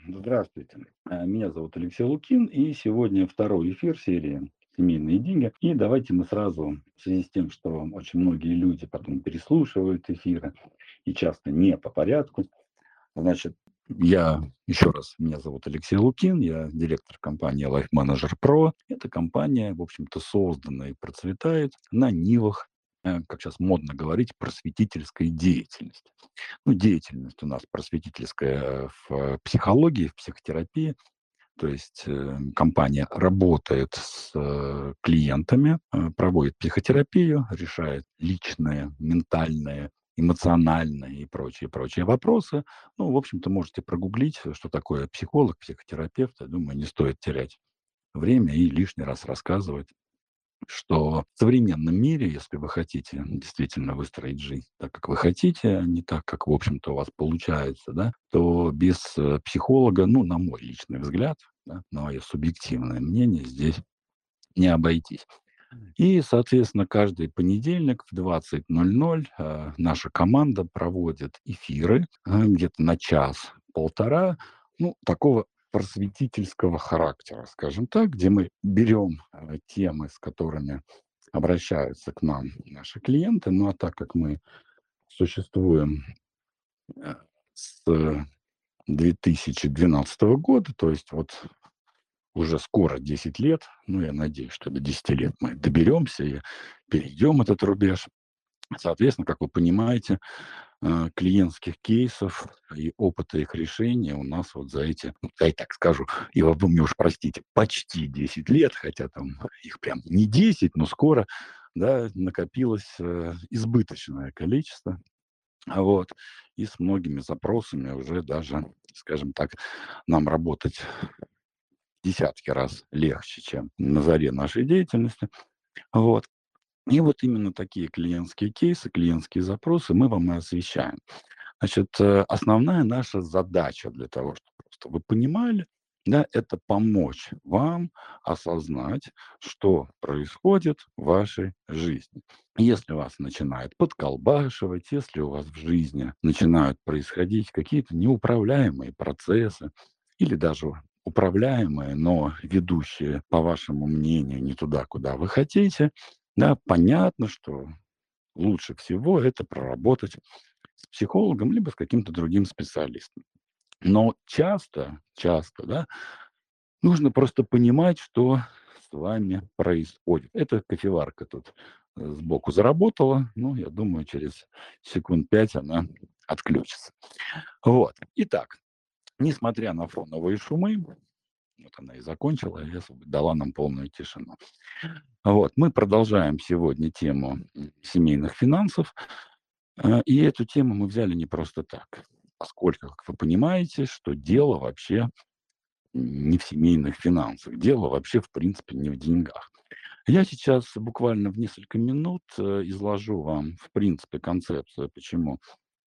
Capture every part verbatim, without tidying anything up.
Здравствуйте. А, Меня зовут Алексей Лукин, и сегодня второй эфир серии «Семейные деньги». И давайте мы сразу, в связи с тем, что очень многие люди потом переслушивают эфиры, и часто не по порядку. Значит, я еще раз, меня зовут Алексей Лукин, я директор компании Life Manager Pro. Эта компания, в общем-то, создана и процветает на нивах, э, как сейчас модно говорить, просветительской деятельности. Ну, деятельность у нас просветительская в э, психологии, в психотерапии. То есть э, компания работает с э, клиентами, э, проводит психотерапию, решает личные, ментальные, эмоциональные и прочие, прочие вопросы. Ну, в общем-то, можете прогуглить, что такое психолог, психотерапевт. Я думаю, не стоит терять время и лишний раз рассказывать, что в современном мире, если вы хотите действительно выстроить жизнь так, как вы хотите, а не так, как, в общем-то, у вас получается, да, то без э, психолога, ну, на мой личный взгляд, да, на мое субъективное мнение, здесь не обойтись. И, соответственно, каждый понедельник в двадцать ноль ноль э, наша команда проводит эфиры э, где-то на час-полтора, ну, такого просветительского характера, скажем так, где мы берем э, темы, с которыми обращаются к нам наши клиенты. Ну, а так как мы существуем э, с две тысячи двенадцатого года, то есть вот уже скоро десять лет, ну, я надеюсь, что до десяти лет мы доберемся и перейдем этот рубеж. Соответственно, как вы понимаете, э, клиентских кейсов и опыта их решения у нас вот за эти, ну, я и так скажу, и вы мне уж простите, почти десять лет, хотя там их прям не десять, но скоро, да, накопилось э, избыточное количество. А вот, и с многими запросами уже даже, скажем так, нам работать десятки раз легче, чем на заре нашей деятельности. Вот. И вот именно такие клиентские кейсы, клиентские запросы мы вам и освещаем. Значит, э, основная наша задача для того, чтобы просто вы понимали, да, это помочь вам осознать, что происходит в вашей жизни. Если вас начинает подколбашивать, если у вас в жизни начинают происходить какие-то неуправляемые процессы или даже управляемые, но ведущие, по вашему мнению, не туда, куда вы хотите, да, понятно, что лучше всего это проработать с психологом либо с каким-то другим специалистом. Но часто, часто, да, нужно просто понимать, что с вами происходит. Эта кофеварка тут э, сбоку заработала, ну, я думаю, через секунд пять она отключится. Вот. Итак, несмотря на фоновые шумы, вот она и закончила, и освоб- дала нам полную тишину. Вот, мы продолжаем сегодня тему м, семейных финансов. Э, И эту тему мы взяли не просто так, поскольку, как вы понимаете, что дело вообще не в семейных финансах, дело вообще, в принципе, не в деньгах. Я сейчас буквально в несколько минут э, изложу вам, в принципе, концепцию, почему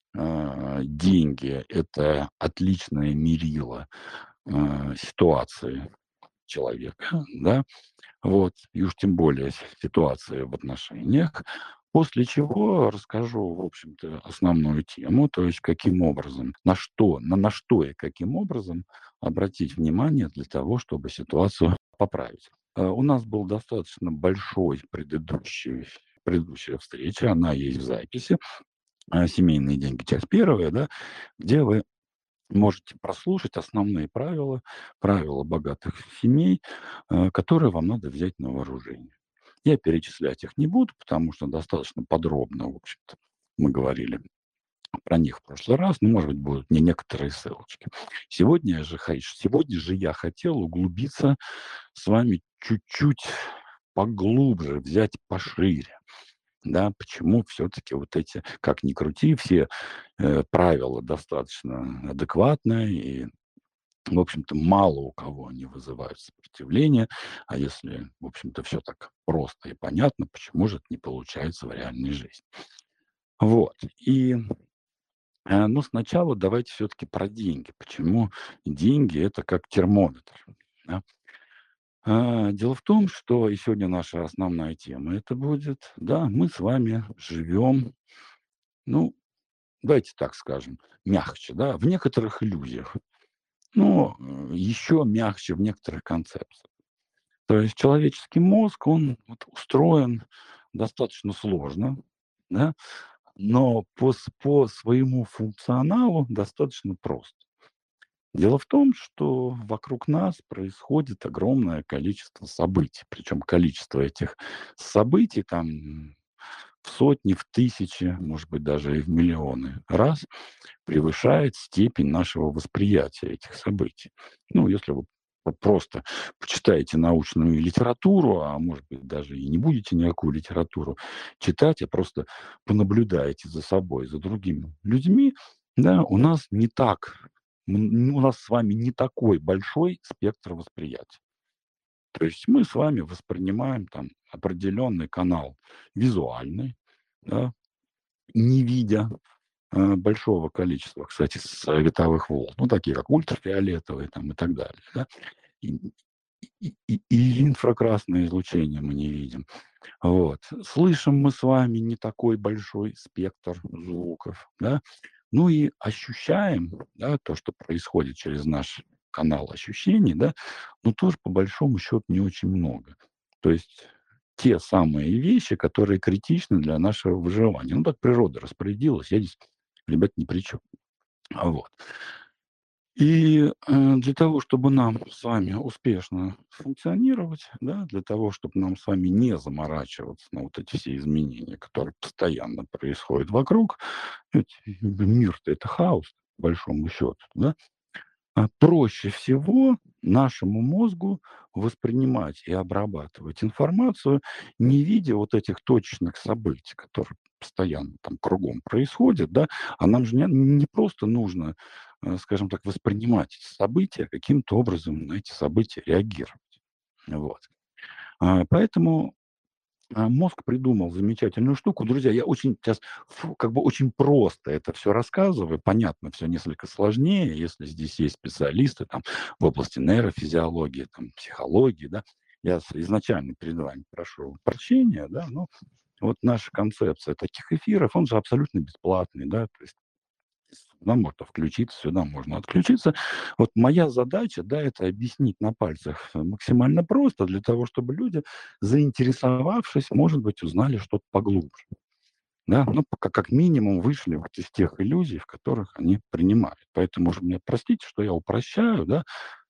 э, деньги– это отличное мерило э, ситуации человека, да, вот, и уж тем более с- ситуации в отношениях. После чего расскажу, в общем-то, основную тему, то есть каким образом, на что, на, на что и каким образом обратить внимание для того, чтобы ситуацию поправить. Э, У нас был достаточно большой предыдущий, предыдущая встреча, она есть в записи, э, «Семейные деньги», часть первая, да, где вы можете прослушать основные правила, правила богатых семей, э, которые вам надо взять на вооружение. Я перечислять их не буду, потому что достаточно подробно, в общем-то, мы говорили про них в прошлый раз, но, может быть, будут не некоторые ссылочки. Сегодня же, хай- сегодня же я хотел углубиться с вами чуть-чуть поглубже, взять пошире. Да, почему все-таки вот эти, как ни крути, все э, правила достаточно адекватные и, в общем-то, мало у кого они вызывают сопротивление. А если, в общем-то, все так просто и понятно, почему же это не получается в реальной жизни? Вот. И, э, ну, сначала давайте все-таки про деньги. Почему деньги– это как термометр? Да? А, дело в том, что и сегодня наша основная тема это будет, да, мы с вами живем, ну, давайте так скажем, мягче, да, в некоторых иллюзиях. но э, еще мягче в некоторых концепциях. То есть человеческий мозг, он вот устроен достаточно сложно, да, но по, с- по своему функционалу достаточно прост. Дело в том, что вокруг нас происходит огромное количество событий, причем количество этих событий там в сотни, в тысячи, может быть, даже и в миллионы раз превышает степень нашего восприятия этих событий. Ну, если вы по- просто почитаете научную литературу, а может быть, даже и не будете никакую литературу читать, а просто понаблюдаете за собой, за другими людьми, да, у нас не так, м, у нас с вами не такой большой спектр восприятия. То есть мы с вами воспринимаем там определенный канал визуальный, да, не видя э, большого количества, кстати, световых волн, ну, такие как ультрафиолетовые там и так далее, да. И, и, и- и инфракрасное излучение мы не видим. Вот. Слышим мы с вами не такой большой спектр звуков, да. Ну и ощущаем, да, то, что происходит через наш канал ощущений, да, но тоже по большому счету не очень много. То есть те самые вещи, которые критичны для нашего выживания. Ну, так природа распорядилась, я здесь, ребят, ни при чем. А вот. И, э, для того, чтобы нам с вами успешно функционировать, да, для того, чтобы нам с вами не заморачиваться на вот эти все изменения, которые постоянно происходят вокруг, ведь мир-то — это хаос, по большому счету, да. А, проще всего нашему мозгу воспринимать и обрабатывать информацию, не видя вот этих точечных событий, которые постоянно там кругом происходят, да. А нам же не не просто нужно, э, скажем так, воспринимать эти события, а каким-то образом на эти события реагировать. Вот. А, поэтому а, мозг придумал замечательную штуку. Друзья, я очень сейчас как бы очень просто это все рассказываю. Понятно, все несколько сложнее, если здесь есть специалисты там в области нейрофизиологии, там, психологии, да. Я с изначально перед вами прошу прощения, да, но вот наша концепция таких эфиров, он же абсолютно бесплатный, да, то есть сюда можно включиться, сюда можно отключиться. Вот моя задача, да, это объяснить на пальцах э, максимально просто для того, чтобы люди, заинтересовавшись, может быть, узнали что-то поглубже. Да, ну, пока как минимум вышли вот из тех иллюзий, в которых они принимают. Поэтому уже мне простите, что я упрощаю, да,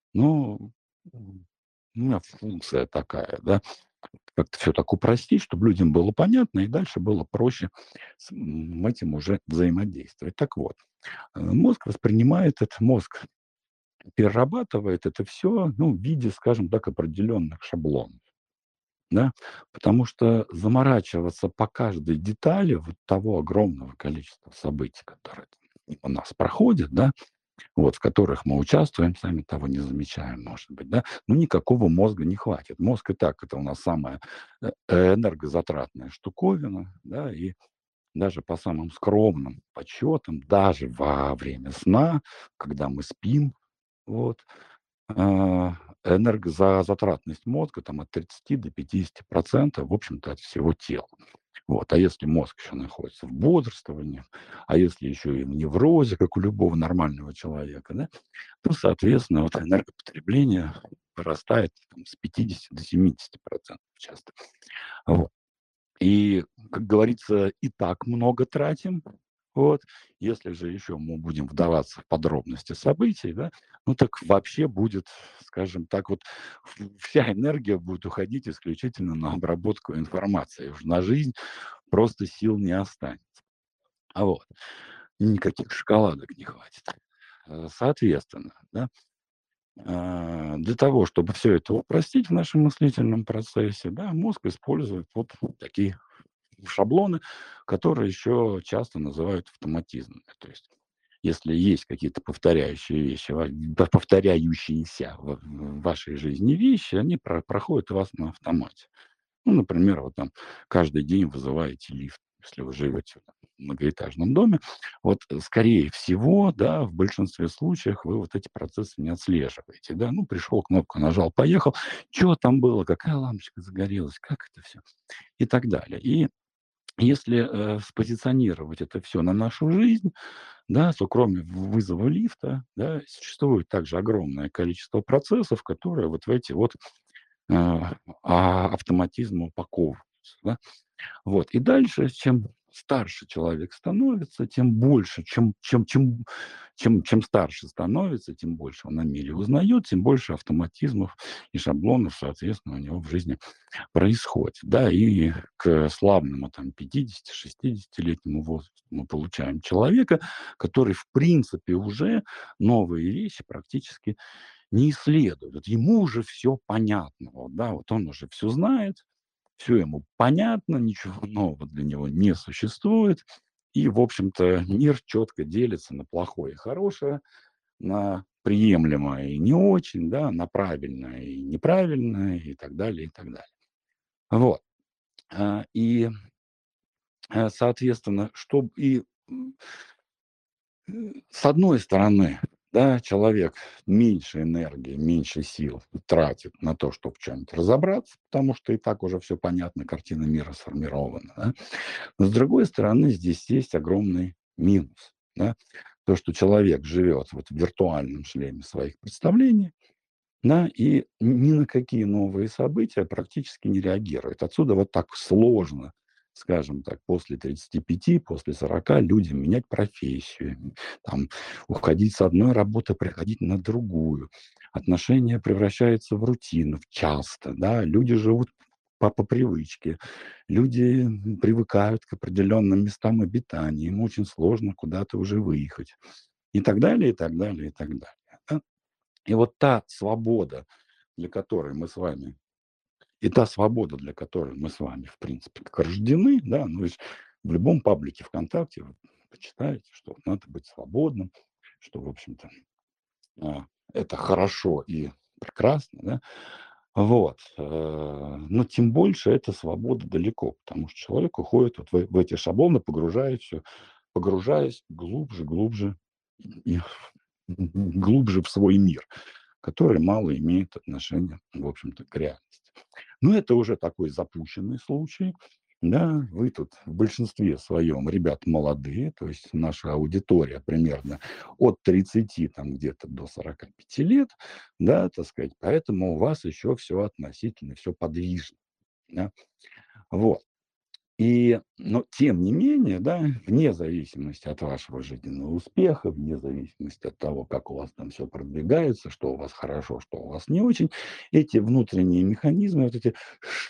но м, у меня функция такая, да, как-то все так упростить, чтобы людям было понятно и дальше было проще с м, этим уже взаимодействовать. Так вот, Э, мозг воспринимает это, мозг перерабатывает это все, ну, в виде, скажем так, определенных шаблонов, да. Потому что заморачиваться по каждой детали вот того огромного количества событий, которые там мимо нас проходят, да, вот, в которых мы участвуем, сами того не замечаем, может быть, да, ну, никакого мозга не хватит. Мозг и так — это у нас самая, э, энергозатратная штуковина, да, и даже по самым скромным подсчетам, даже во время сна, когда мы спим, вот, а, энергозатратность мозга там от тридцати до пятидесяти процентов, в общем-то, от всего тела. Вот. А если мозг еще находится в бодрствовании, а если еще и в неврозе, как у любого нормального человека, да, то, соответственно, вот энергопотребление вырастает там, с пятидесяти до семидесяти процентов часто. Вот. И, как говорится, и так много тратим. Вот. Если же еще мы будем вдаваться в подробности событий, да, ну так вообще будет, скажем так, вот в- вся энергия будет уходить исключительно на обработку информации. Уж на жизнь просто сил не останется. А вот. И никаких шоколадок не хватит. Э, Соответственно, да, а, для того, чтобы все это упростить в нашем мыслительном процессе, да, мозг использует вот такие шаблоны, которые еще часто называют автоматизмами. То есть если есть какие-то повторяющие вещи, ва- да, повторяющиеся в, в вашей жизни вещи, они про- проходят у вас на автомате. Ну, например, вот там каждый день вызываете лифт, если вы живете в многоэтажном доме. Вот, э, скорее всего, да, в большинстве случаев вы вот эти процессы не отслеживаете, да. Ну, пришел, кнопку нажал, поехал. Что там было, какая лампочка загорелась, как это все и так далее. И Если, э, спозиционировать это все на нашу жизнь, да, то кроме в вызова лифта, да, существует также огромное количество процессов, которые вот в эти вот, а, а, автоматизмы упаковываются, да. Вот. И дальше, чем старше человек становится, тем больше, чем чем чем чем чем старше становится, тем больше он о мире узнает, тем больше автоматизмов и шаблонов, соответственно, у него в жизни происходит. Да, и к славному там пятидесяти-шестидесятилетнему возрасту мы получаем человека, который, в принципе, уже новые вещи практически не исследует. Вот ему уже все понятно. Вот, да, вот он уже все знает, все ему понятно, ничего нового для него не существует. И, в общем-то, мир четко делится на плохое и хорошее, на приемлемое и не очень, да, на правильное и неправильное и так далее, и так далее. Вот. А, и, э, соответственно, чтоб и, м, э, с одной стороны, да, человек меньше энергии, меньше сил тратит на то, чтобы в чём-нибудь разобраться, потому что и так уже все понятно, картина мира сформирована, да. Но с другой стороны, здесь есть огромный минус, да. То, что человек живет вот в виртуальном шлеме своих представлений, да, и ни на какие новые события практически не реагирует. Отсюда вот так сложно, скажем так, после тридцати пяти, после сорока людям менять профессию, там, уходить с одной работы, приходить на другую. Отношения превращаются в рутину часто, да, люди живут по, по привычке, люди привыкают к определенным местам обитания, им очень сложно куда-то уже выехать. И так далее, и так далее, и так далее. Да. И вот та свобода, для которой мы с вами и та свобода, для которой мы с вами, в принципе, как рождены, да, ну, есть в любом паблике ВКонтакте вы почитаете, что надо быть свободным, что, в общем-то, а, это хорошо и прекрасно, да. Вот. э, Но тем больше эта свобода далеко, потому что человек уходит вот в, в эти шаблоны, погружаясь, всё- погружаясь глубже, глубже и глубже в свой мир, который мало имеет отношения, в общем-то, к реальности. Но это уже такой запущенный случай. Да, вы тут в большинстве своем ребята молодые, то есть наша аудитория примерно от тридцати там где-то до сорока пяти лет, да, так сказать, поэтому у вас еще все относительно, все подвижно, да, вот. И, но тем не менее, да, вне зависимости от вашего жизненного успеха, вне зависимости от того, как у вас там все продвигается, что у вас хорошо, что у вас не очень, эти внутренние механизмы, вот эти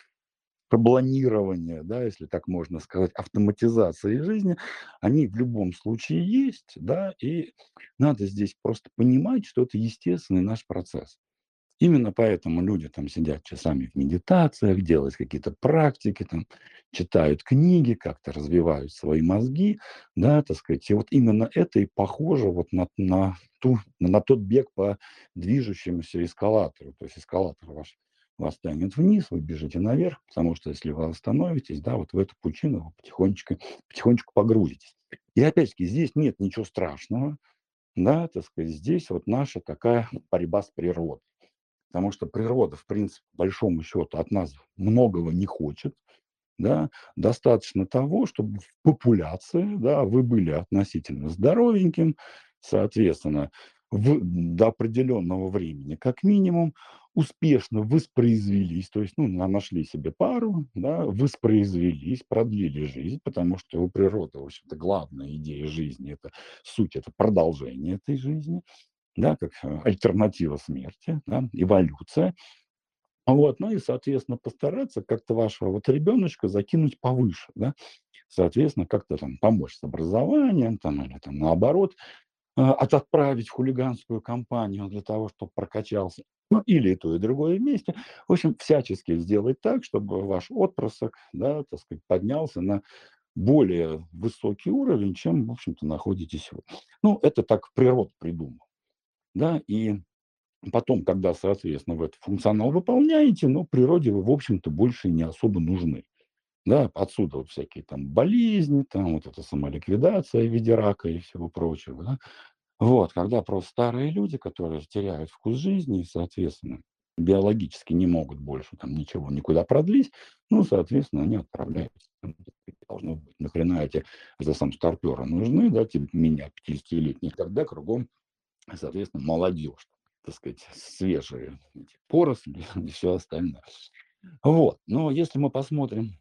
шаблонирования, да, если так можно сказать, автоматизации жизни, они в любом случае есть, да, и надо здесь просто понимать, что это естественный наш процесс. Именно поэтому люди там сидят часами в медитациях, делают какие-то практики, там, читают книги, как-то развивают свои мозги, да, так сказать. И вот именно это и похоже вот на, на, ту, на тот бег по движущемуся эскалатору. То есть эскалатор ваш вас тянет вниз, вы бежите наверх, потому что если вы остановитесь, да, вот в эту пучину вы потихонечку, потихонечку погрузитесь. И опять-таки здесь нет ничего страшного, да, так сказать, здесь вот наша такая борьба с природой. Потому что природа, в принципе, по большому счету, от нас многого не хочет. Да. Достаточно того, чтобы в популяции, да, вы были относительно здоровеньким, соответственно, в, до определенного времени, как минимум, успешно воспроизвелись, то есть, ну, на- нашли себе пару, да, воспроизвелись, продлили жизнь, потому что у природы, в общем-то, главная идея жизни, это суть, это продолжение этой жизни, да, как э, альтернатива смерти, да, эволюция. Вот, ну и, соответственно, постараться как-то вашего вот ребеночка закинуть повыше, да, соответственно, как-то там помочь с образованием, там, или там наоборот, а, от отправить в хулиганскую компанию для того, чтобы прокачался, ну, или и то, и другое вместе. В общем, всячески сделать так, чтобы ваш отпрысок, да, так сказать, поднялся на более высокий уровень, чем, в общем-то, находитесь вы. Ну, это так природа придумала, да, и потом, когда, соответственно, вы этот функционал выполняете, но природе вы, в общем-то, больше не особо нужны. Да, отсюда вот всякие там болезни, там вот эта самоликвидация в виде рака и всего прочего. Да. Вот, когда просто старые люди, которые теряют вкус жизни, соответственно. биологически не могут больше там ничего никуда продлить, ну, соответственно, они отправляются. Там, должно быть, нахрена эти за сам старперы нужны, да, типа меня, пятидесятилетних, когда кругом, соответственно, молодежь, так сказать, свежие эти поросли и все остальное. Вот. Но если мы посмотрим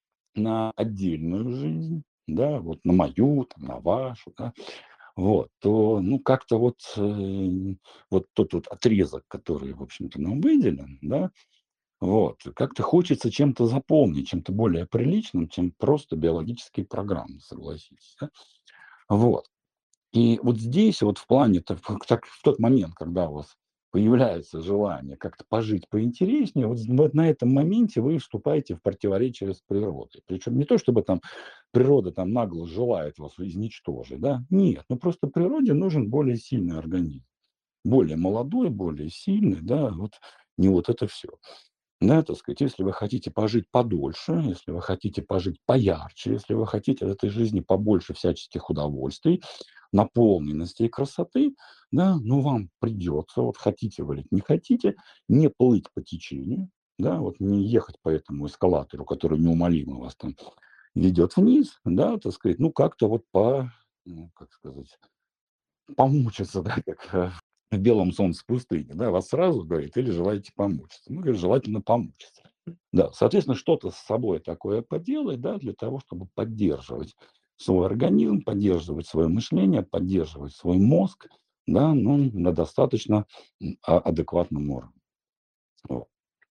на отдельную жизнь, да, вот на мою, там, на вашу, да, вот, то, ну, как-то вот, э, вот тот вот отрезок, который, в общем-то, нам выделен, да, вот, как-то хочется чем-то заполнить, чем-то более приличным, чем просто биологические программы, согласитесь, да. Вот. И вот здесь вот в плане, так, в так в тот момент, когда у вас появляется желание как-то пожить поинтереснее, вот, вот на этом моменте вы вступаете в противоречие с природой. Причем не то, чтобы там природа там нагло желает вас изничтожить, да, нет, ну просто природе нужен более сильный организм, более молодой, более сильный, да, вот не вот это все. Да, так сказать, если вы хотите пожить подольше, если вы хотите пожить поярче, если вы хотите от этой жизни побольше всяческих удовольствий, наполненности и красоты, да, ну, вам придется, вот хотите вы или не хотите, не плыть по течению, да, вот не ехать по этому эскалатору, который неумолимо вас там ведет вниз, да, так сказать, ну, как-то вот по, ну, как сказать, помучиться, да, как э, в белом солнце пустыни, да, вас сразу, говорит, или желаете помучиться. Ну, говорит, желательно помучиться. Да, соответственно, что-то с собой такое поделать, да, для того, чтобы поддерживать свой организм, поддерживать свое мышление, поддерживать свой мозг, да, ну, на достаточно м, а- адекватном уровне. Вот.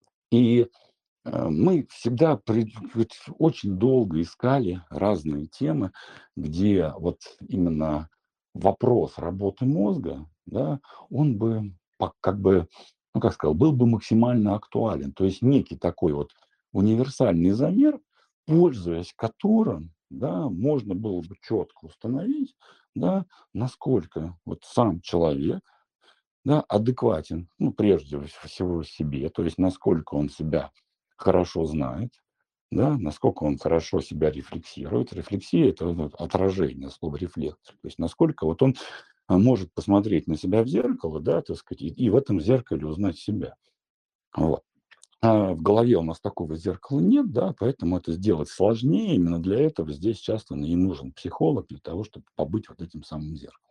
И Э, мы всегда пред вот очень долго искали разные темы, где вот именно вопрос работы мозга, да, он бы пак как бы, ну, как сказал, был бы максимально актуален. То есть некий такой вот универсальный замер, пользуясь которым, да, можно было бы четко установить, да, насколько вот сам человек, да, адекватен, ну, прежде всего себе, то есть насколько он себя хорошо знает, да, насколько он хорошо себя рефлексирует. Рефлексия – это вот отражение, слово рефлектор. То есть насколько вот он а, может посмотреть на себя в зеркало, да, так сказать, и, и в этом зеркале узнать себя. Вот. А в голове у нас такого зеркала нет, да, поэтому это сделать сложнее. Именно для этого здесь часто и нужен психолог, для того, чтобы побыть вот этим самым зеркалом.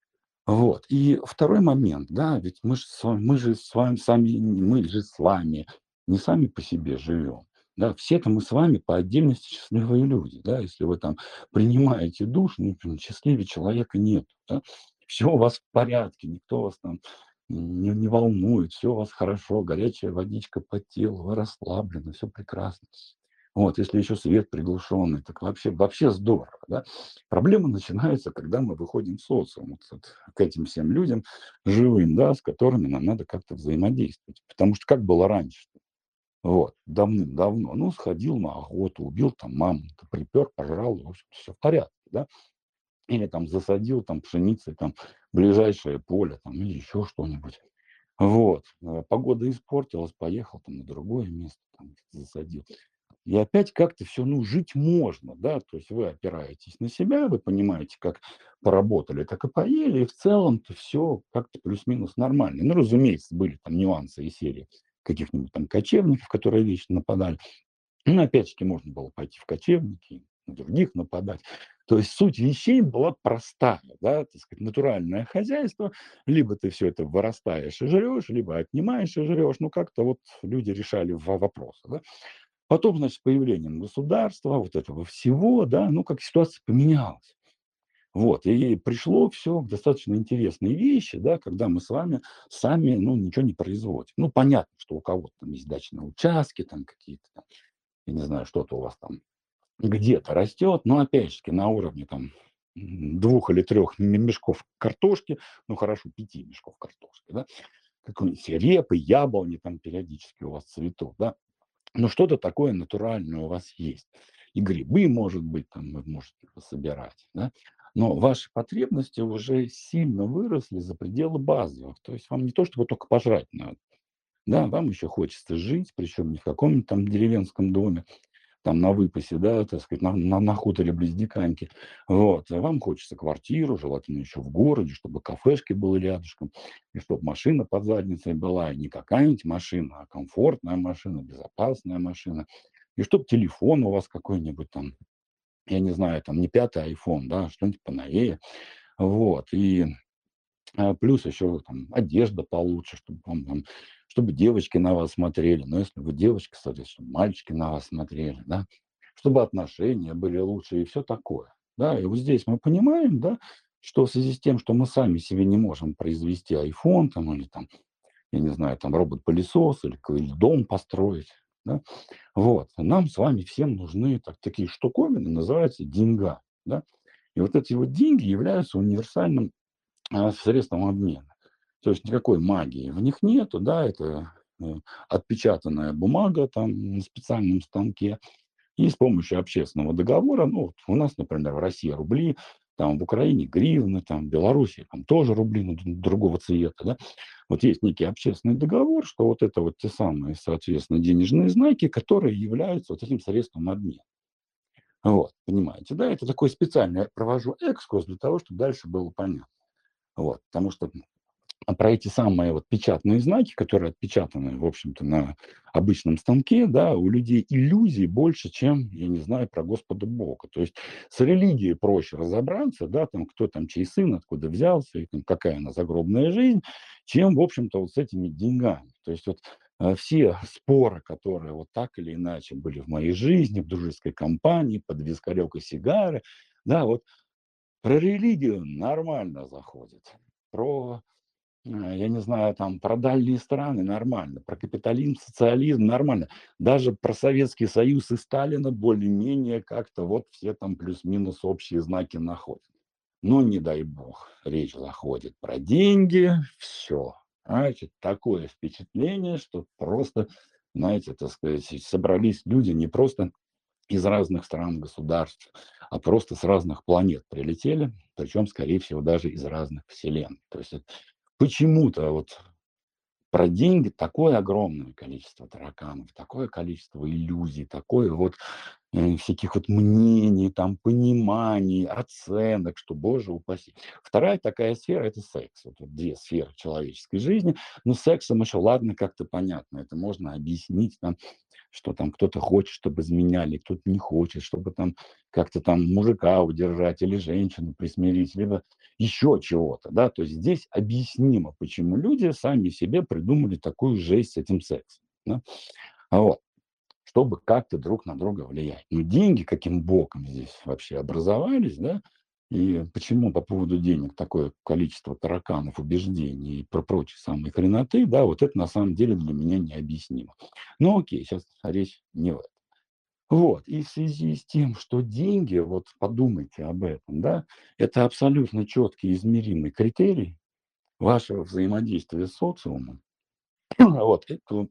Вот. И второй момент, да, ведь мы ж с вами мы же с вами сами, мы же с вами не сами по себе живем. Да, все-то мы с вами по отдельности счастливые люди, да, если вы там принимаете душ, ну, блин, счастливее человека нет, да. Все у вас в порядке, никто вас там не, не волнует, все у вас хорошо, горячая водичка по телу, вы расслаблены, все прекрасно. Вот, если еще свет приглушенный, так вообще, вообще здорово, да. Проблема начинается, когда мы выходим в социум, вот, вот к этим всем людям живым, да, с которыми нам надо как-то взаимодействовать. Потому что как было раньше? Вот, давным-давно, ну, сходил на охоту, убил там мамонта, припер, пожрал, в общем, все в порядке, да. Или там засадил там пшеницей там ближайшее поле там или еще что-нибудь. Вот, э, погода испортилась, поехал там на другое место, там засадил. И опять как-то все, ну, жить можно, да, то есть вы опираетесь на себя, вы понимаете, как поработали, так и поели, и в целом-то все как-то плюс-минус нормально. Ну, разумеется, были там нюансы из серии каких-нибудь там кочевников, которые вечно нападали. Ну, опять-таки, можно было пойти в кочевники, на других нападать. То есть суть вещей была простая, да, так сказать, натуральное хозяйство. Либо ты все это вырастаешь и жрешь, либо отнимаешь и жрешь. Ну, как-то вот люди решали во вопросы, да. Потом, значит, с появлением государства, вот этого всего, да, ну, как ситуация поменялась. Вот, и пришло все к достаточно интересной вещи, да, когда мы с вами сами, ну, ничего не производим. Ну, понятно, что у кого-то там есть дачные участки, там какие-то там, я не знаю, что-то у вас там где-то растет, но опять же на уровне там м, двух или трех мешков картошки, ну, хорошо, пяти мешков картошки, да, какой-нибудь репы, яблони там периодически у вас цветут, да. Но что-то такое натуральное у вас есть. И грибы, может быть, там вы можете пособирать, да. Но ваши потребности уже сильно выросли за пределы базовых. То есть вам не то, чтобы только пожрать надо. Да, вам еще хочется жить, причем не в каком-нибудь там деревенском доме, там на выпасе, да, так сказать, на, на, на хуторе близ Диканьки. Вот. А вам хочется квартиру, желательно еще в городе, чтобы кафешки были рядышком, и чтобы машина под задницей была, и не какая-нибудь машина, а комфортная машина, безопасная машина. И чтобы телефон у вас какой-нибудь там, я не знаю, там не пятый iPhone, да, а что-нибудь поновее. Вот. И а, плюс еще там одежда получше, чтобы вам там, чтобы девочки на вас смотрели. Но если вы девочка, соответственно, чтобы мальчики на вас смотрели, да, чтобы отношения были лучше и все такое. Да, и вот здесь мы понимаем, да, что в связи с тем, что мы сами себе не можем произвести iPhone там, или там, я не знаю, там робот-пылесос или, к- или дом построить, да, вот, нам с вами всем нужны так, такие штуковины, называются деньга, да, и вот эти вот деньги являются универсальным а, средством обмена. То есть никакой магии в них нету, да, это э, отпечатанная бумага там на специальном станке, и с помощью общественного договора, ну, вот у нас, например, в России рубли, там в Украине гривны, там в Беларуси там тоже рубли, но д- другого цвета, да. Вот есть некий общественный договор, что вот это вот те самые, соответственно, денежные знаки, которые являются вот этим средством обмена. Вот, понимаете, да, это такой специальный я провожу экскурс для того, чтобы дальше было понятно. Вот, потому что а про эти самые вот печатные знаки, которые отпечатаны, в общем-то, на обычном станке, да, у людей иллюзий больше, чем, я не знаю, про Господа Бога. То есть с религией проще разобраться, да, там, кто там чей сын, откуда взялся, и там, какая она загробная жизнь, чем, в общем-то, вот с этими деньгами. То есть вот э, все споры, которые вот так или иначе были в моей жизни, в дружеской компании, под вискарек и сигары, да, вот про религию нормально заходит, про а, я не знаю, там про дальние страны нормально, про капитализм, социализм нормально. Даже про Советский Союз и Сталина более-менее как-то вот все там плюс-минус общие знаки находят. Но не дай бог, речь заходит про деньги, все. Знаете, такое впечатление, что просто, знаете, так сказать, собрались люди не просто из разных стран, государств, а просто с разных планет прилетели, причем, скорее всего, даже из разных вселенных. То есть это почему-то вот про деньги такое огромное количество тараканов, такое количество иллюзий, такое вот э, всяких вот мнений, там, пониманий, оценок, что, боже упаси. Вторая такая сфера – это секс. Вот, вот две сферы человеческой жизни. Но с сексом еще, ладно, как-то понятно, это можно объяснить, там, что там кто-то хочет, чтобы изменяли, кто-то не хочет, чтобы там как-то там мужика удержать или женщину присмирить, либо еще чего-то, да, то есть здесь объяснимо, почему люди сами себе придумали такую жесть с этим сексом, да? А вот, чтобы как-то друг на друга влиять. Но деньги каким боком здесь вообще образовались, да, и почему по поводу денег такое количество тараканов, убеждений и про прочие самые хреноты, да, вот это на самом деле для меня необъяснимо. Ну окей, сейчас речь не в этом. Вот, и в связи с тем, что деньги, вот подумайте об этом, да, это абсолютно четкий измеримый критерий вашего взаимодействия с социумом, вот, это,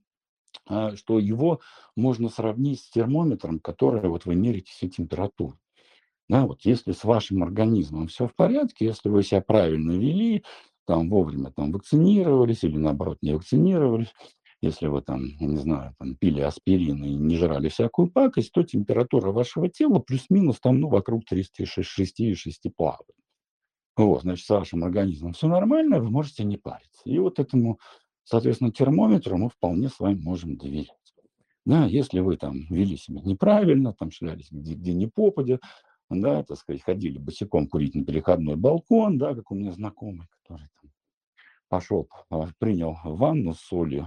а, что его можно сравнить с термометром, который вот вы меряете себе температуру. Да, вот если с вашим организмом все в порядке, если вы себя правильно вели, там вовремя там вакцинировались или наоборот не вакцинировались, если вы там, я не знаю, там пили аспирин и не жрали всякую пакость, то температура вашего тела плюс-минус там, ну, вокруг тридцати шести плавает. Вот, значит, с вашим организмом все нормально, вы можете не париться. И вот этому, соответственно, термометру мы вполне с вами можем доверять. Да, если вы там вели себя неправильно, там шлялись где, где ни попадя, да, так сказать, ходили босиком курить на переходной балкон, да, как у меня знакомый, который там пошел, а, принял ванну с солью,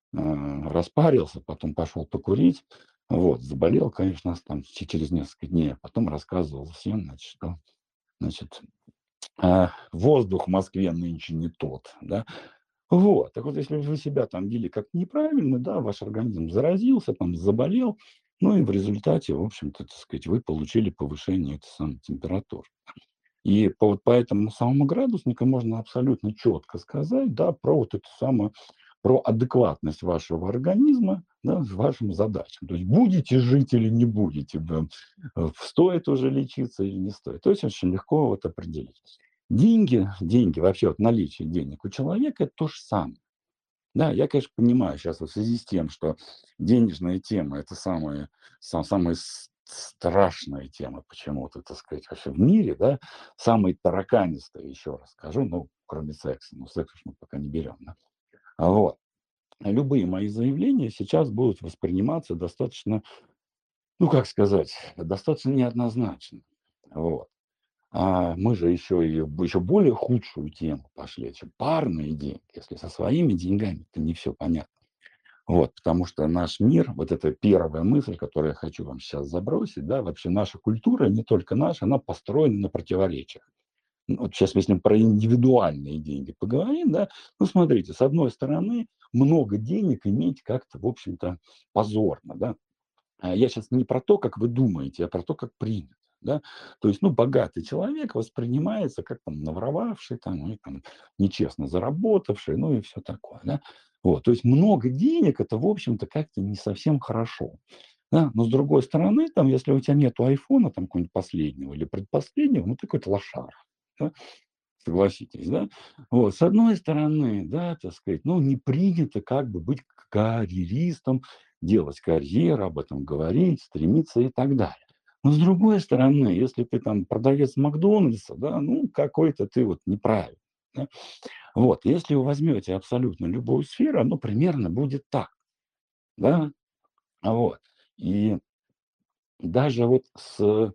а, распарился, потом пошел покурить, вот, заболел, конечно, там че- через несколько дней, а потом рассказывал всем, значит, что, значит, а, воздух в Москве нынче не тот, да. Вот, так вот, если вы себя там вели как неправильно, да, ваш организм заразился, там заболел, ну и в результате, в общем-то, так сказать, вы получили повышение этой самой температуры. И по, вот по этому самому градуснику можно абсолютно четко сказать, да, про вот эту самую, про адекватность вашего организма, да, с вашим задачам. То есть будете жить или не будете, да, э, стоит уже лечиться или не стоит. То есть очень легко вот определить. Деньги, деньги, вообще вот наличие денег у человека – это то же самое. Да, я, конечно, понимаю сейчас вот в связи с тем, что денежная тема — это самая, са самая с страшная тема почему-то, так сказать, вообще в мире, да, самая тараканистая, еще раз скажу, ну, кроме секса, но секс уж мы пока не берем, да. А вот. Любые мои заявления сейчас будут восприниматься достаточно, ну, как сказать, достаточно неоднозначно. Вот. А мы же еще и в еще более худшую тему пошли, чем парные деньги. Если со своими деньгами, то не все понятно. Вот, потому что наш мир, вот это первая мысль, которую я хочу вам сейчас забросить, да, вообще наша культура, не только наша, она построена на противоречиях. Ну, вот сейчас, если мы про индивидуальные деньги поговорим, да, ну, смотрите, с одной стороны, много денег иметь как-то, в общем-то, позорно, да. А я сейчас не про то, как вы думаете, а про то, как принято, да. То есть, ну, богатый человек воспринимается как там наворовавший, там, ну, и там нечестно заработавший, ну и все такое, да. Вот, то есть много денег — это, в общем-то, как-то не совсем хорошо, да. Но с другой стороны, там, если у тебя нету айфона, там, какого-нибудь последнего или предпоследнего, ну, ты какой-то лошара, да. Согласитесь, да? Вот, с одной стороны, да, так сказать, ну, не принято как бы быть к карьеристом, делать карьеру, об этом говорить, стремиться и так далее. Но с другой стороны, если ты там продавец "Макдональдса", да, ну, какой-то ты вот неправильный, да. Вот, если вы возьмете абсолютно любую сферу, оно примерно будет так, да. А вот, и даже вот с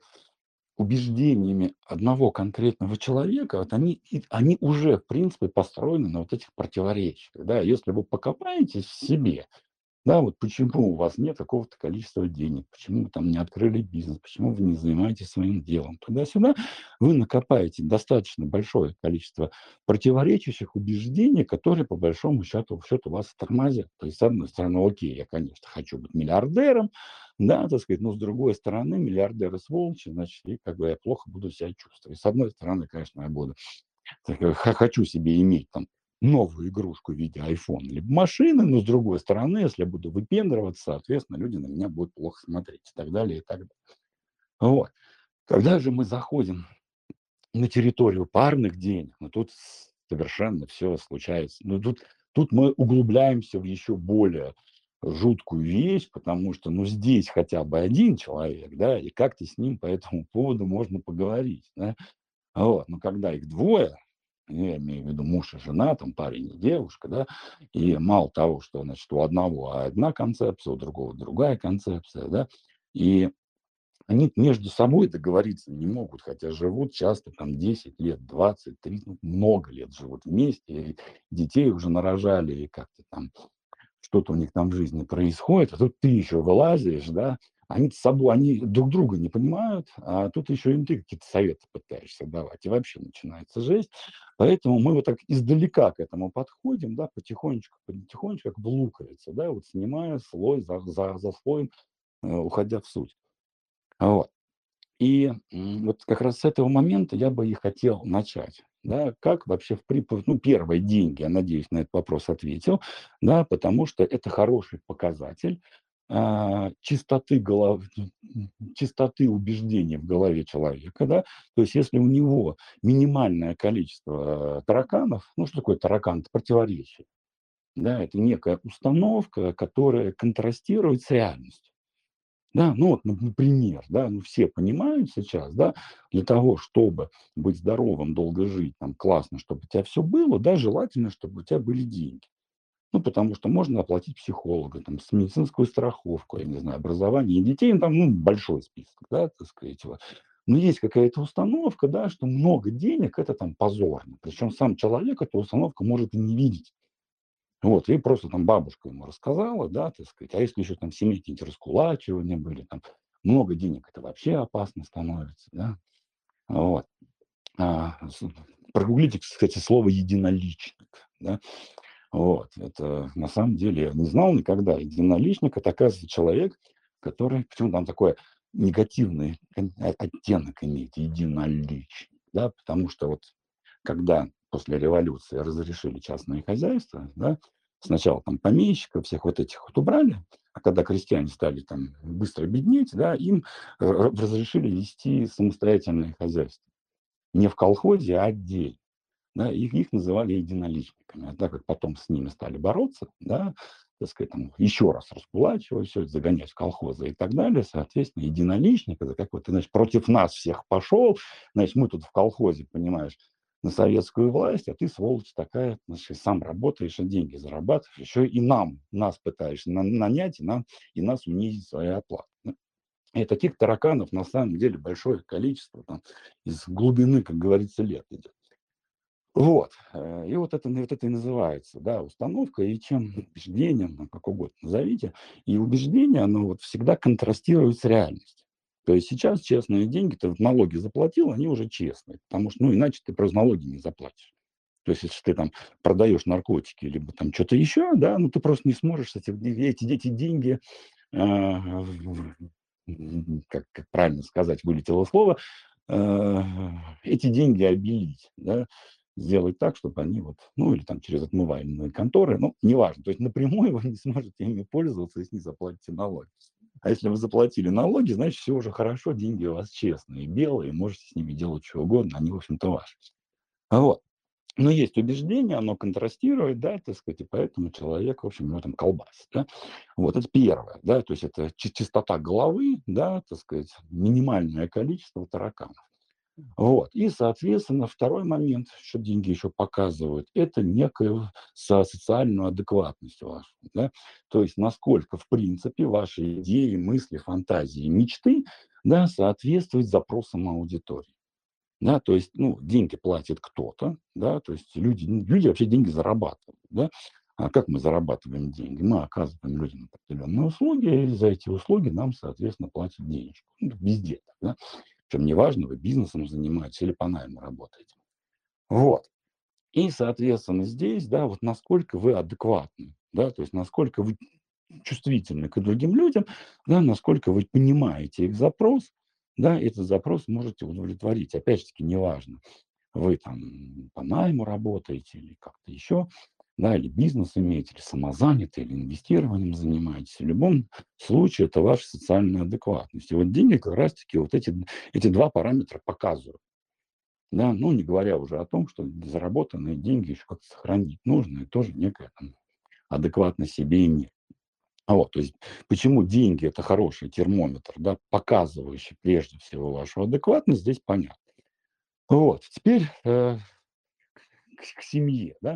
убеждениями одного конкретного человека, вот они, и они уже, в принципе, построены на вот этих противоречиях. Да. Если вы покопаетесь в себе, да, вот почему у вас нет какого-то количества денег, почему вы там не открыли бизнес, почему вы не занимаетесь своим делом, туда-сюда, вы накопаете достаточно большое количество противоречащих убеждений, которые, по большому счету, счету вас тормозят. То есть, с одной стороны, окей, я, конечно, хочу быть миллиардером, да, так сказать, но с другой стороны, миллиардеры сволочи, значит, и как бы я плохо буду себя чувствовать. С одной стороны, конечно, я буду так, э, х хочу себе иметь там новую игрушку в виде айфона либо машины, но с другой стороны, если я буду выпендриваться, соответственно, люди на меня будут плохо смотреть и так далее, и так далее. Вот. Когда же мы заходим на территорию парных денег, ну, тут совершенно все случается. Ну, тут тут мы углубляемся в еще более жуткую вещь, потому что, ну, здесь хотя бы один человек, да, и как-то с ним по этому поводу можно поговорить, да. Вот, но когда их двое, ну, я имею в виду муж и жена, там парень и девушка, да, и мало того, что, значит, у одного одна концепция, у другого другая концепция, да, и они между собой договориться не могут, хотя живут часто там десять лет, двадцать, тридцать, ну, много лет живут вместе, и детей уже нарожали, и как-то там что-то у них там в жизни происходит, а тут ты еще вылазишь, да, они с собой, они друг друга не понимают, а тут еще им ты какие-то советы пытаешься давать, и вообще начинается жесть. Поэтому мы вот так издалека к этому подходим, да, потихонечку, потихонечку, как в луковице, да, вот снимая слой за, за, за слоем, э, уходя в суть. Вот. И, м, вот как раз с этого момента я бы и хотел начать. Да, как вообще в при ну, первые деньги, я надеюсь, на этот вопрос ответил, да, потому что это хороший показатель, а, чистоты голов м, чистоты убеждений в голове человека, да. То есть если у него минимальное количество, э, тараканов, ну, что такое таракан? Это противоречие, да, это некая установка, которая контрастирует с реальностью. Да, ну вот, ну, например, да, ну все понимают сейчас, да, для того, чтобы быть здоровым, долго жить, там классно, чтобы у тебя все было, да, желательно, чтобы у тебя были деньги. Ну, потому что можно оплатить психолога, там, с медицинскую страховку, я не знаю, образование и детей, ну, там, ну, большой список, да, так сказать, вот. Но есть какая-то установка, да, что много денег — это там позорно. Причем сам человек эту установку может и не видеть. Вот, и просто там бабушка ему рассказала, да, так сказать. А если еще там в семье какие-нибудь раскулачивания были, там много денег — это вообще опасно становится, да. Вот. А, с Прогуглите, кстати, слово "единоличник", да. Вот. Это на самом деле я не знал никогда. Единоличник — это, оказывается, человек, который, почему там такой негативный кон о оттенок имеет, единоличник, да, потому что вот когда после революции разрешили частные хозяйства, да, сначала там помещиков, всех вот этих вот убрали, а когда крестьяне стали там быстро беднеть, да, им э, разрешили вести самостоятельное хозяйство. Не в колхозе, а отдельно. да, их, их называли единоличниками. А так как потом с ними стали бороться, да, так сказать, там, еще раз раскулачивать, все это загонять в колхозы и так далее, соответственно, единоличник, это как вот, ты, значит, против нас всех пошел, значит, мы тут в колхозе, понимаешь, на советскую власть, а ты, сволочь такая, значит, сам работаешь и деньги зарабатываешь, еще и нам, нас пытаешься на- нанять, и, нам, и нас унизить своей оплатой. Ну, и таких тараканов на самом деле большое количество, там, из глубины, как говорится, лет идет. Вот. э, И вот это, вот это и называется, да, установка, и чем убеждением, ну, как угодно назовите. И убеждение, оно вот всегда контрастирует с реальностью. То есть сейчас честные деньги, ты вот налоги заплатил, они уже честные, потому что, ну, иначе ты просто налоги не заплатишь. То есть, если ты там продаешь наркотики, либо там что-то еще, да, ну, ты просто не сможешь с этих, эти, эти деньги, а, в- м, как, как правильно сказать, вылетело слово, а, эти деньги обелить, да, сделать так, чтобы они вот, ну, или там через отмываемые конторы, ну, неважно, то есть напрямую вы не сможете ими пользоваться, если не заплатите налоги. А если вы заплатили налоги, значит, все уже хорошо, деньги у вас честные, белые, можете с ними делать что угодно, они, в общем-то, ваши. Вот. Но есть убеждение, оно контрастирует, да, так сказать, и поэтому человек, в общем, его там колбасит, да. Вот это первое, да, то есть это чи- чистота головы, да, так сказать, минимальное количество тараканов. Вот. И, соответственно, второй момент, что деньги еще показывают, это некую со- социальную адекватность вашу, да, то есть насколько, в принципе, ваши идеи, мысли, фантазии, мечты, да, соответствуют запросам аудитории. Да, то есть, ну, деньги платит кто-то, да, то есть люди, ну, люди вообще деньги зарабатывают, да. А как мы зарабатываем деньги? Мы оказываем людям определенные услуги, и за эти услуги нам, соответственно, платят денежку. Ну, везде так, да. Причем неважно, вы бизнесом занимаетесь или по найму работаете. Вот. И, соответственно, здесь, да, вот насколько вы адекватны, да, то есть насколько вы чувствительны к другим людям, да, насколько вы понимаете их запрос, да, этот запрос можете удовлетворить. Опять же таки, неважно, вы там по найму работаете или как-то еще, да, или бизнес имеете, или самозанятый, или инвестированием занимаетесь. В любом случае это ваша социальная адекватность. И вот деньги как раз-таки вот эти, эти два параметра показывают. Да, ну, не говоря уже о том, что заработанные деньги еще как-то сохранить нужно, и тоже некая там адекватность себе иметь. А вот, то есть почему деньги — это хороший термометр, да, показывающий прежде всего вашу адекватность, здесь понятно. Вот, теперь э, к, к семье, да.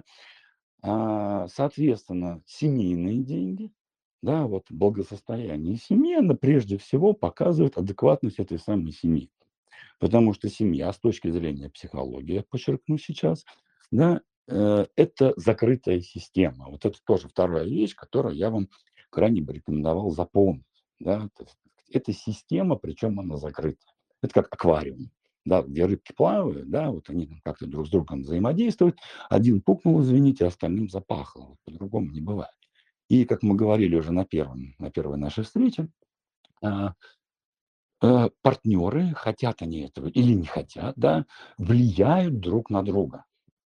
А, соответственно, семейные деньги, да, вот благосостояние семьи, оно прежде всего показывает адекватность этой самой семьи. Потому что семья, с точки зрения психологии, я подчеркну сейчас, да, э, это закрытая система. Вот это тоже вторая вещь, которую я вам крайне бы рекомендовал запомнить. Да. То есть это система, причем она закрыта. Это как аквариум, да, где рыбки плавают, да, вот они там как-то друг с другом взаимодействуют. Один пукнул, извините, остальным запахло. Вот по-другому не бывает. И, как мы говорили уже на, первом, на первой нашей встрече, а, э, партнеры, хотят они этого или не хотят, да, влияют друг на друга.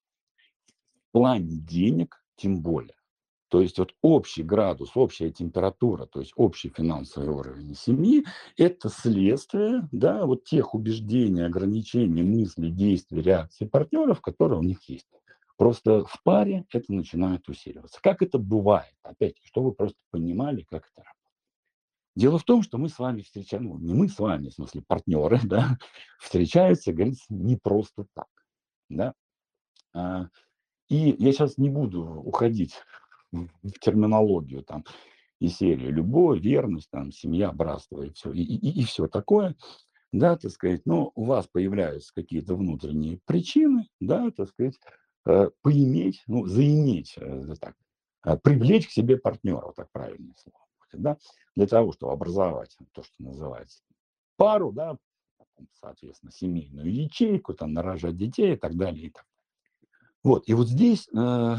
В плане денег тем более. То есть вот общий градус, общая температура, то есть общий финансовый уровень семьи — это следствие, да, вот тех убеждений, ограничений, мыслей, действий, реакций партнеров, которые у них есть. Просто в паре это начинает усиливаться. Как это бывает? Опять, чтобы вы просто понимали, как это работает. Дело в том, что мы с вами встречаем, ну, не мы с вами, в смысле партнеры, да, встречаются, говорится, не просто так, да. А, и я сейчас не буду уходить в в терминологию там из серии любовь, верность, там, семья, братство и все, и, и, и все такое, да, так сказать, но у вас появляются какие-то внутренние причины, да, так сказать, э, поиметь, ну, заиметь, э, так, э, привлечь к себе партнера, вот так правильное слово будет, да, для того, чтобы образовать то, что называется пару, да, соответственно, семейную ячейку, там, нарожать детей и так далее. И так. Вот, и вот здесь э,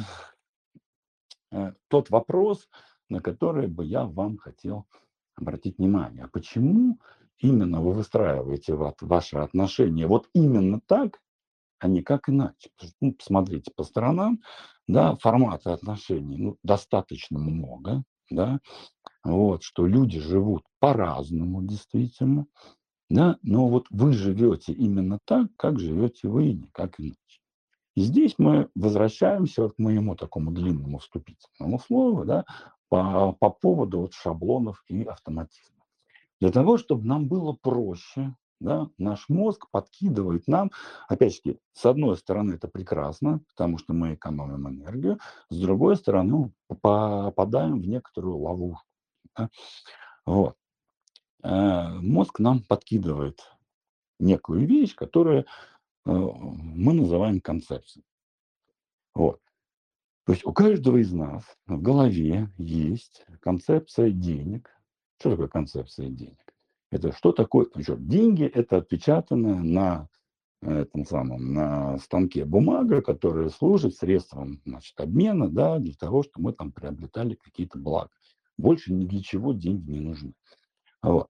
э, тот вопрос, на который бы я вам хотел обратить внимание. А почему именно вы выстраиваете вот ваши отношения вот именно так, а не как иначе? Потому что, ну, посмотрите по сторонам, да, формата отношений, ну, достаточно много, да, вот, что люди живут по-разному действительно, да, но вот вы живете именно так, как живете вы, и никак иначе. И здесь мы возвращаемся вот к моему такому длинному вступительному слову, да, по, по поводу вот шаблонов и автоматизма. Для того, чтобы нам было проще, да, наш мозг подкидывает нам, опять-таки, с одной стороны, это прекрасно, потому что мы экономим энергию, с другой стороны, ну, попадаем в некоторую ловушку. Да. Вот. Э, Мозг нам подкидывает некую вещь, которую э, мы называем концепцией. Вот. То есть у каждого из нас в голове есть концепция денег. Что такое концепция денег? Это что такое? Причем деньги – это отпечатанная на этом самом на станке бумага, которая служит средством, значит, обмена, да, для того, чтобы мы там приобретали какие-то блага. Больше ни для чего деньги не нужны. Вот.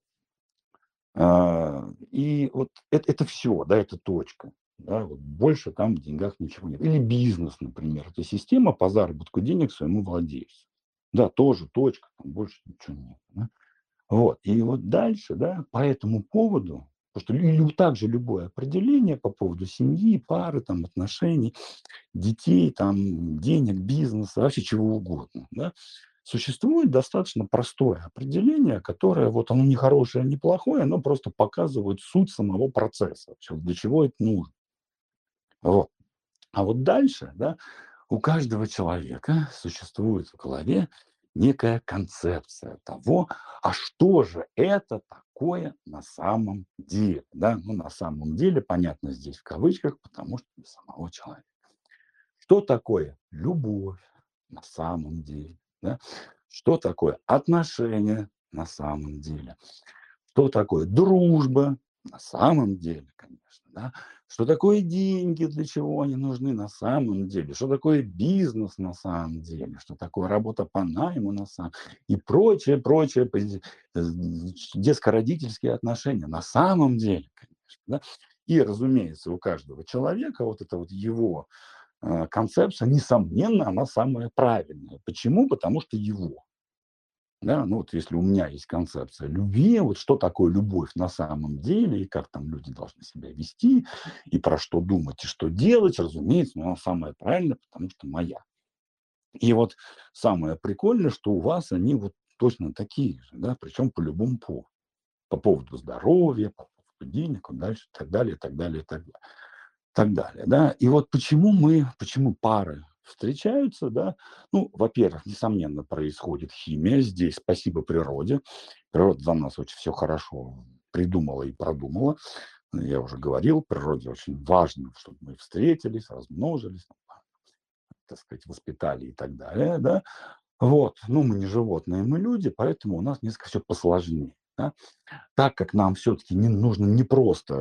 А, и вот это, это все, да, это точка. Да, вот больше там в деньгах ничего нет. Или бизнес, например. Это система по заработку денег своему владельцу. Да, тоже точка, там больше ничего нет. Да. Вот. И вот дальше, да, по этому поводу, потому что лю- лю- также любое определение по поводу семьи, пары, там, отношений, детей, там, денег, бизнеса, вообще чего угодно, да, существует достаточно простое определение, которое, вот оно не хорошее, не плохое, оно просто показывает суть самого процесса, вообще, для чего это нужно. Вот. А вот дальше, да, у каждого человека существует в голове некая концепция того, а что же это такое на самом деле. Да? Ну, на самом деле, понятно, здесь в кавычках, потому что для самого человека. Что такое любовь на самом деле? Да? Что такое отношения на самом деле? Что такое дружба на самом деле, конечно, да? Что такое деньги, для чего они нужны на самом деле? Что такое бизнес на самом деле? Что такое работа по найму на самом и прочее, прочее, пози- э, детско-родительские отношения на самом деле, конечно, да? И, разумеется, у каждого человека вот это вот его э, концепция, несомненно, она самая правильная. Почему? Потому что его. Да, ну вот если у меня есть концепция любви, вот что такое любовь на самом деле, и как там люди должны себя вести, и про что думать, и что делать, разумеется, ну, она самая правильная, потому что моя. И вот самое прикольное, что у вас они вот точно такие же, да, причем по любому поводу. По поводу здоровья, по поводу денег, вот дальше, и так далее, и так далее, и так далее так далее, да. И вот почему мы, почему пары встречаются, да. Ну, во-первых, несомненно, происходит химия. Здесь спасибо природе. Природа за нас очень все хорошо придумала и продумала. Я уже говорил, природе очень важно, чтобы мы встретились, размножились, так сказать, воспитали и так далее, да. Вот. Ну, мы не животные, мы люди, поэтому у нас несколько все посложнее, да. Так как нам все-таки не нужно не просто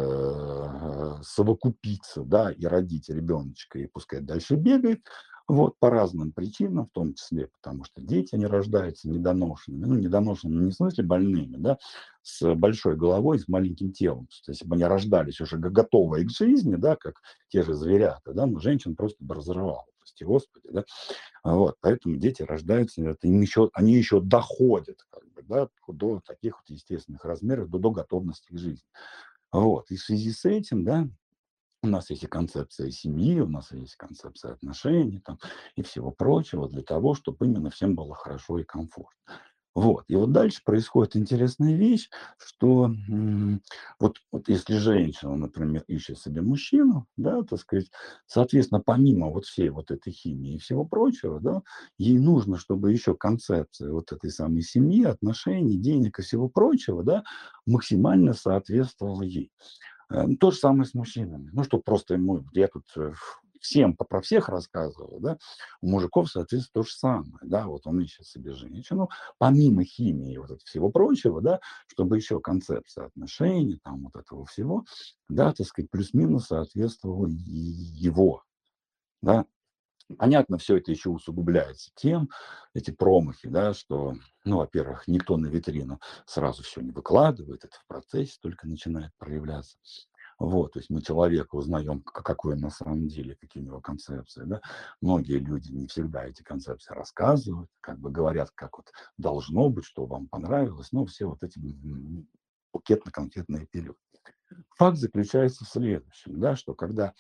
э, совокупиться, да, и родить ребеночка, и пускай дальше бегает, вот, по разным причинам, в том числе, потому что дети не рождаются недоношенными, ну, недоношенными не в смысле больными, да, с большой головой, с маленьким телом. То есть, если бы они рождались уже го- готовые к жизни, да, как те же зверята, да, но женщин просто бы разрывало, прости господи, да, а вот, поэтому дети рождаются, это им еще, они еще доходят как бы, да, до таких вот естественных размеров, до, до готовности к жизни. Вот. И в связи с этим, да, у нас есть и концепция семьи, у нас есть концепция отношений там, и всего прочего для того, чтобы именно всем было хорошо и комфортно. Вот. И вот дальше происходит интересная вещь, что м, вот, вот если женщина, например, ищет себе мужчину, да, так сказать, соответственно, помимо вот всей вот этой химии и всего прочего, да, ей нужно, чтобы еще концепция вот этой самой семьи, отношений, денег и всего прочего, да, максимально соответствовала ей. Э, ну, то же самое с мужчинами. Ну, что просто ему, я тут э, всем по- про всех рассказываю, да, у мужиков, соответственно, то же самое, да, вот он ищет себе женщину, помимо химии и вот этого всего прочего, да, чтобы еще концепция отношений, там вот этого всего, да, так сказать, плюс-минус соответствовала и его, да. Понятно, все это еще усугубляется тем, эти промахи, да, что, ну, во-первых, никто на витрину сразу все не выкладывает, это в процессе только начинает проявляться. Вот, то есть мы человека узнаем, к- какой он на самом деле, какие у него концепции, да. Многие люди не всегда эти концепции рассказывают, как бы говорят, как вот должно быть, что вам понравилось, ну, все вот эти м, букетно-конфетные периоды. Факт заключается в следующем, да, что когда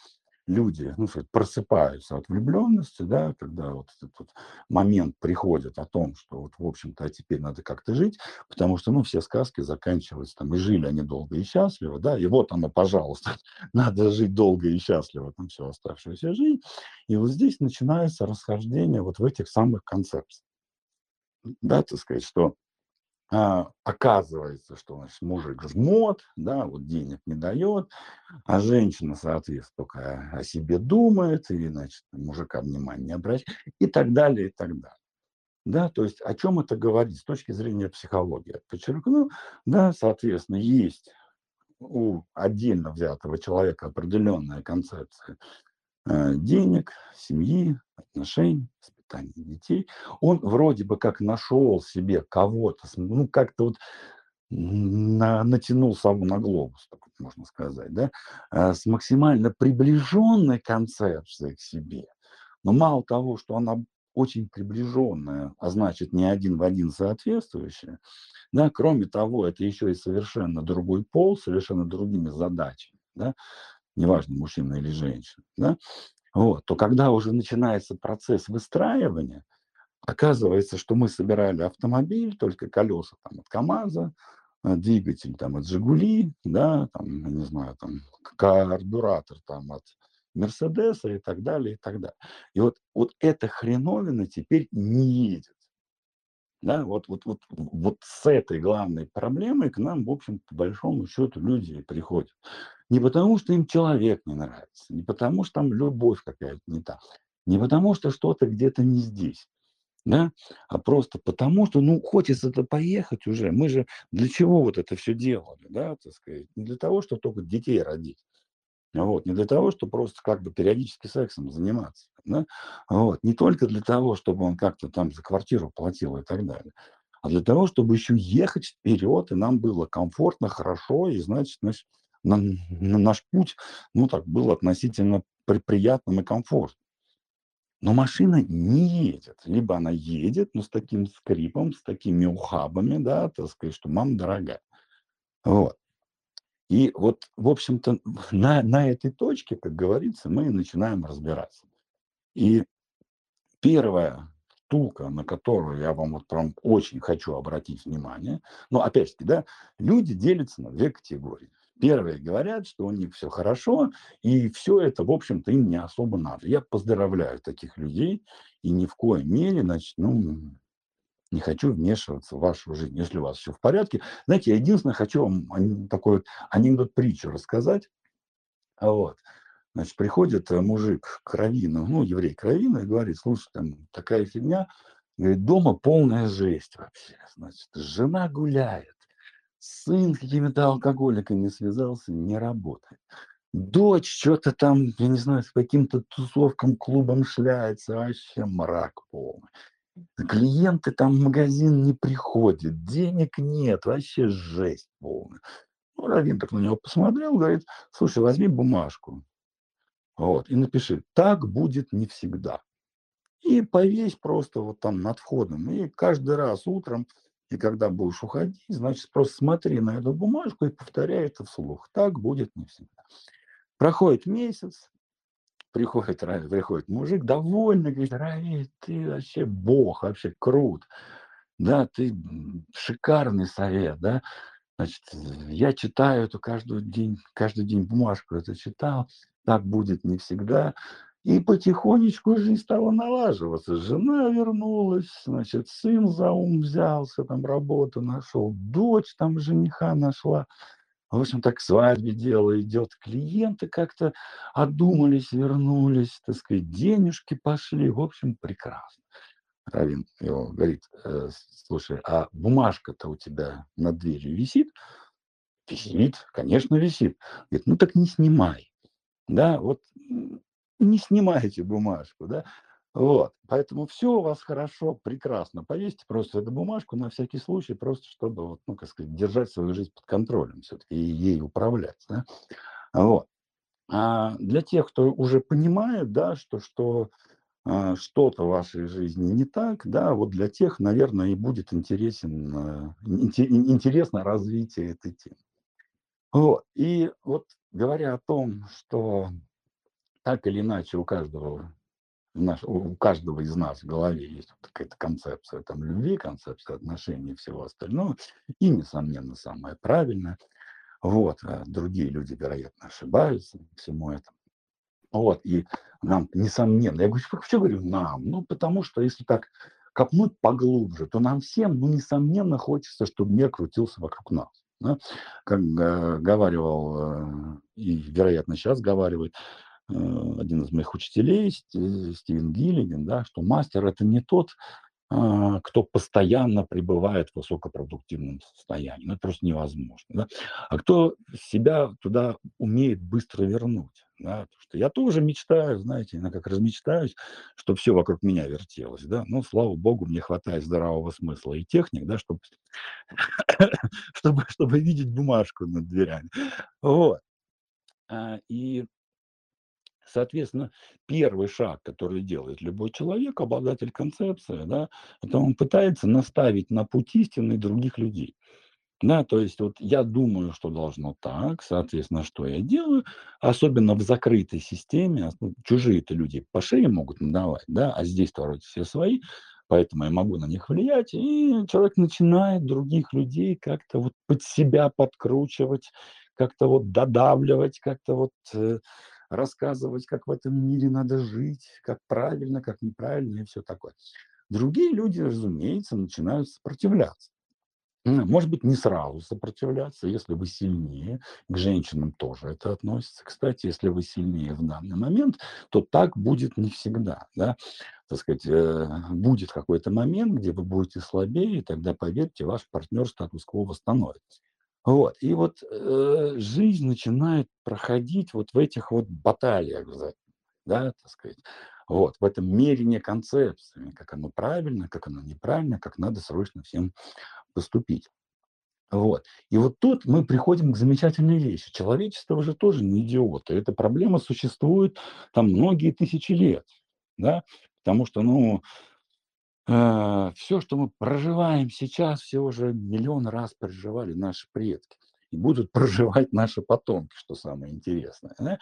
люди, ну, сказать, просыпаются от влюбленности, да, когда вот этот вот момент приходит о том, что вот, в общем-то, а теперь надо как-то жить, потому что, ну, все сказки заканчиваются там, и жили они долго и счастливо, да, и вот оно, пожалуйста, надо жить долго и счастливо там всю оставшуюся жизнь. И вот здесь начинается расхождение вот в этих самых концепциях. Да, так сказать, что а, оказывается, что значит, мужик жмот, да, вот денег не дает, а женщина, соответственно, только о себе думает, и, значит, мужика внимания не обращает, и так далее, и так далее. Да, то есть о чем это говорит с точки зрения психологии? Подчеркну, да, соответственно, есть у отдельно взятого человека определенная концепция э, денег, семьи, отношений, воспитания детей. Он вроде бы как нашел себе кого-то, с- ну, как-то вот на натянул сову на глобус, так вот можно сказать, да, а, с максимально приближенной концепцией к себе. Но мало того, что она очень приближенная, а значит не один в один соответствующая, да, кроме того, это еще и совершенно другой пол, совершенно другими задачами, да, неважно, мужчина или женщина, да, вот, то когда уже начинается процесс выстраивания, оказывается, что мы собирали автомобиль, только колеса там от КамАЗа, а, двигатель там от «Жигули», да, там, я не знаю, там карбюратор там от «Мерседеса» и так далее, и так далее. И вот, вот эта хреновина теперь не едет. Да, вот, вот, вот, вот с этой главной проблемой к нам, в общем, по большому счету, люди и приходят. Не потому, что им человек не нравится, не потому, что там любовь какая-то не та, не потому, что что-то где-то не здесь, да, а просто потому, что, ну, хочется-то поехать уже. Мы же для чего вот это все делали, да, так сказать? Не для того, чтобы только детей родить. Вот, не для того, чтобы просто как бы периодически сексом заниматься, да? Вот, не только для того, чтобы он как-то там за квартиру платил и так далее, а для того, чтобы еще ехать вперед, и нам было комфортно, хорошо, и, значит, наш, на- на- наш путь, ну, так, был относительно при- приятным и комфортным. Но машина не едет. Либо она едет, но с таким скрипом, с такими ухабами, да, так сказать, что мама дорогая. Вот. И вот, в общем-то, на, на этой точке, как говорится, мы и начинаем разбираться. И первая штука, на которую я вам вот прям очень хочу обратить внимание, ну, опять-таки, да, люди делятся на две категории. Первые говорят, что у них все хорошо, и все это, в общем-то, им не особо надо. Я поздравляю таких людей, и ни в коей мере, значит, ну, не хочу вмешиваться в вашу жизнь, если у вас все в порядке. Знаете, я единственное хочу вам ан- такой вот анекдот-притчу рассказать. А Вот. Значит, приходит э, мужик к раввину, ну, еврей к раввину, и говорит: слушай, там такая фигня, говорит, дома полная жесть вообще. Значит, жена гуляет, сын с какими-то алкоголиками связался, не работает. Дочь что-то там, я не знаю, с каким-то тусовкам, клубом шляется, вообще мрак полный. Клиенты там в магазин не приходят, денег нет, вообще жесть полная. Ну, раввин так на него посмотрел, говорит: слушай, возьми бумажку, вот, и напиши: так будет не всегда. И повесь просто вот там над входом. И каждый раз утром, и когда будешь уходить, значит, просто смотри на эту бумажку и повторяй это вслух. Так будет не всегда. Проходит месяц, приходит, ра- приходит мужик, довольный, говорит: Равиль, ты вообще бог, вообще крут. Да, ты м, шикарный совет, да. Значит, я читаю эту каждый день, каждый день бумажку это читал. Так будет не всегда. И потихонечку жизнь стала налаживаться. Жена вернулась, значит, сын за ум взялся, там работу нашел, дочь там жениха нашла. В общем, так к свадьбе дело идет. Клиенты как-то одумались, вернулись, так сказать, денежки пошли. В общем, прекрасно. Равин его говорит: «Э, слушай, а бумажка-то у тебя над дверью висит? Висит, конечно, висит. Говорит: ну так не снимай. Да, вот м, не снимайте бумажку, да. Вот, поэтому все у вас хорошо, прекрасно. Повесьте просто эту бумажку на всякий случай, просто чтобы, вот, ну, как сказать, держать свою жизнь под контролем все-таки и ей управлять, да. Вот. А для тех, кто уже понимает, да, что, что а, что-то в вашей жизни не так, да, вот для тех, наверное, и будет интересен, э, инте- интересно развитие этой темы. Вот. И вот говоря о том, что так или иначе у каждого, наш, у каждого из нас в голове есть вот какая-то концепция там, любви, концепция отношений и всего остального. И, несомненно, самое правильное. Вот. А другие люди, вероятно, ошибаются всему этому. Вот. И нам, несомненно, я говорю, почему говорю нам? Ну, потому что если так копнуть поглубже, то нам всем, ну, несомненно, хочется, чтобы мир крутился вокруг нас. Да? Как э, говаривал, э, и, вероятно, сейчас говаривает э, один из моих учителей, Сти- Стивен Гиллиган, да, что мастер – это не тот, а, кто постоянно пребывает в высокопродуктивном состоянии. Ну, это просто невозможно. Да? А кто себя туда умеет быстро вернуть. Да? Потому что я тоже мечтаю, знаете, я как размечтаюсь, что все вокруг меня вертелось. Да? Ну, слава богу, мне хватает здравого смысла и техник, да, чтобы, чтобы, чтобы видеть бумажку над дверями. Вот. А, И Соответственно, первый шаг, который делает любой человек, обладатель концепции, да, это он пытается наставить на путь истины других людей. Да, то есть вот я думаю, что должно так, соответственно, что я делаю, особенно в закрытой системе, ос- ну, чужие-то люди по шее могут надавать, да, а здесь вроде все свои, поэтому я могу на них влиять, и человек начинает других людей как-то вот под себя подкручивать, как-то вот додавливать, как-то вот э, рассказывать, как в этом мире надо жить, как правильно, как неправильно и все такое. Другие люди, разумеется, начинают сопротивляться. М, может быть, не сразу сопротивляться, если вы сильнее. К женщинам тоже это относится. Кстати, если вы сильнее в данный момент, то так будет не всегда. Да? Так сказать, э, будет какой-то момент, где вы будете слабее, и тогда, поверьте, ваш партнер статус-кво восстановит. Вот. И вот э, жизнь начинает проходить вот в этих вот баталиях, вза- да, так сказать, вот, в этом мерении концепциями, как оно правильно, как оно неправильно, как надо срочно всем поступить. Вот. И вот тут мы приходим к замечательной вещи. Человечество уже тоже не идиоты. Эта проблема существует там многие тысячи лет. Да? Потому что, ну, все, что мы проживаем сейчас, все уже миллион раз проживали наши предки. И будут проживать наши потомки, что самое интересное. Да?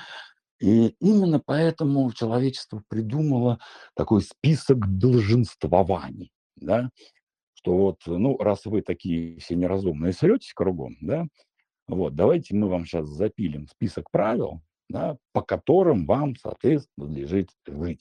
И именно поэтому человечество придумало такой список долженствований. Да? Что вот, ну, раз вы такие все неразумные сретесь кругом, да, вот, давайте мы вам сейчас запилим список правил, да, по которым вам, соответственно, надлежит жить.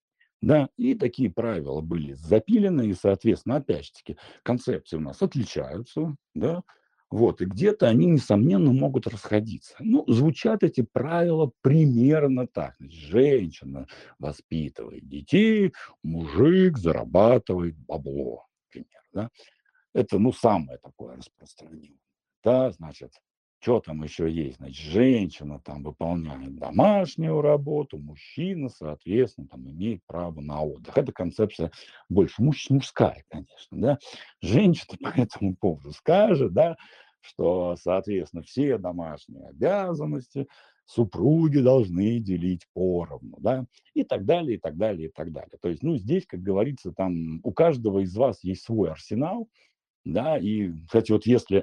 Да, и такие правила были запилены, и, соответственно, опять же таки, концепции у нас отличаются, да, вот, и где-то они, несомненно, могут расходиться. Ну, звучат эти правила примерно так. Значит, женщина воспитывает детей, мужик зарабатывает бабло, например, да. Это, ну, самое такое распространенное. Да, значит, что там еще есть? Значит, женщина там выполняет домашнюю работу, мужчина, соответственно, там имеет право на отдых. Эта концепция больше муж, мужская, конечно, да. Женщина по этому поводу скажет, да, что, соответственно, все домашние обязанности супруги должны делить поровну, да, и так далее, и так далее, и так далее. То есть, ну, здесь, как говорится, там у каждого из вас есть свой арсенал, да, и, кстати, вот если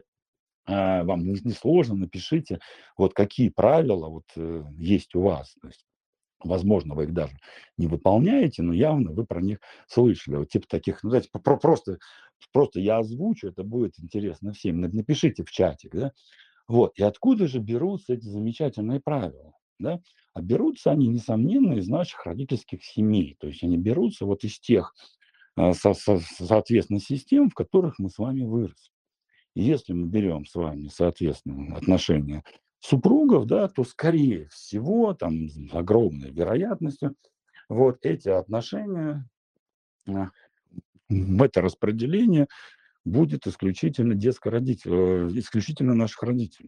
а, вам не, не сложно, напишите, вот какие правила вот э, есть у вас. То есть, возможно, вы их даже не выполняете, но явно вы про них слышали. Вот типа таких, ну, знаете, про- просто, просто я озвучу, это будет интересно всем. На- Напишите в чатик, да. Вот, и откуда же берутся эти замечательные правила, да? А берутся они, несомненно, из наших родительских семей. То есть они берутся вот из тех, а, со- со- соответственно, систем, в которых мы с вами выросли. И если мы берем с вами, соответственно, отношения супругов, да, то, скорее всего, там с огромной вероятностью, вот эти отношения, а, м, это распределение будет исключительно детско-родитель, э, исключительно наших родителей.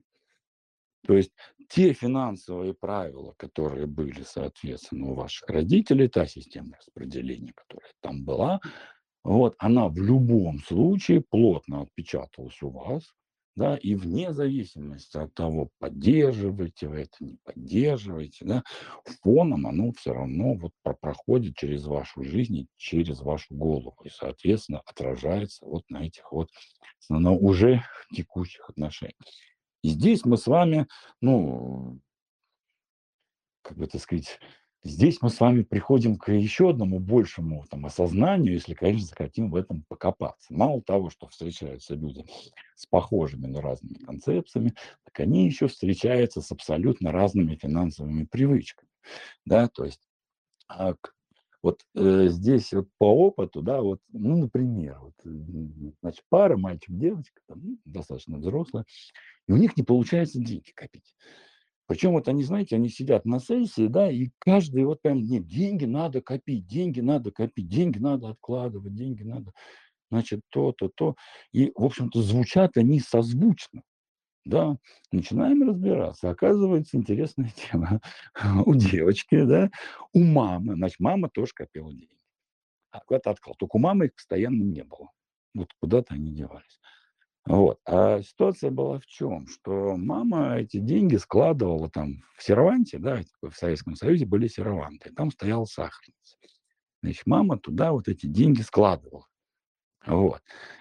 То есть те финансовые правила, которые были, соответственно, у ваших родителей, та система распределения, которая там была, вот, она в любом случае плотно отпечаталась у вас, да, и вне зависимости от того, поддерживаете вы это, не поддерживаете, да, фоном оно все равно вот про- проходит через вашу жизнь и через вашу голову, и, соответственно, отражается вот на этих вот на уже текущих отношениях. И здесь мы с вами, ну, как бы, так сказать, Здесь мы с вами приходим к еще одному большему там осознанию, если, конечно, захотим в этом покопаться. Мало того, что встречаются люди с похожими, но разными концепциями, так они еще встречаются с абсолютно разными финансовыми привычками. Да, то есть а, к- вот э, здесь вот по опыту, да, вот, ну, например, вот, м, значит, пара, мальчик, девочка, там, ну, достаточно взрослая, и у них не получается деньги копить. Причем вот они, знаете, они сидят на сессии, да, и каждый вот прям: "Нет, деньги надо копить, деньги надо копить, деньги надо откладывать, деньги надо, значит, то-то, то". И, в общем-то, звучат они созвучно, да. Начинаем разбираться. Оказывается, интересная тема. У девочки, да, у мамы, значит, мама тоже копила деньги, а куда-то откладывала. Только у мамы их постоянно не было. Вот куда-то они девались. Вот. А ситуация была в чем? Что мама эти деньги складывала там в серванте, да, в Советском Союзе были серванты, там стояла сахарница. Значит, мама туда вот эти деньги складывала. Вот.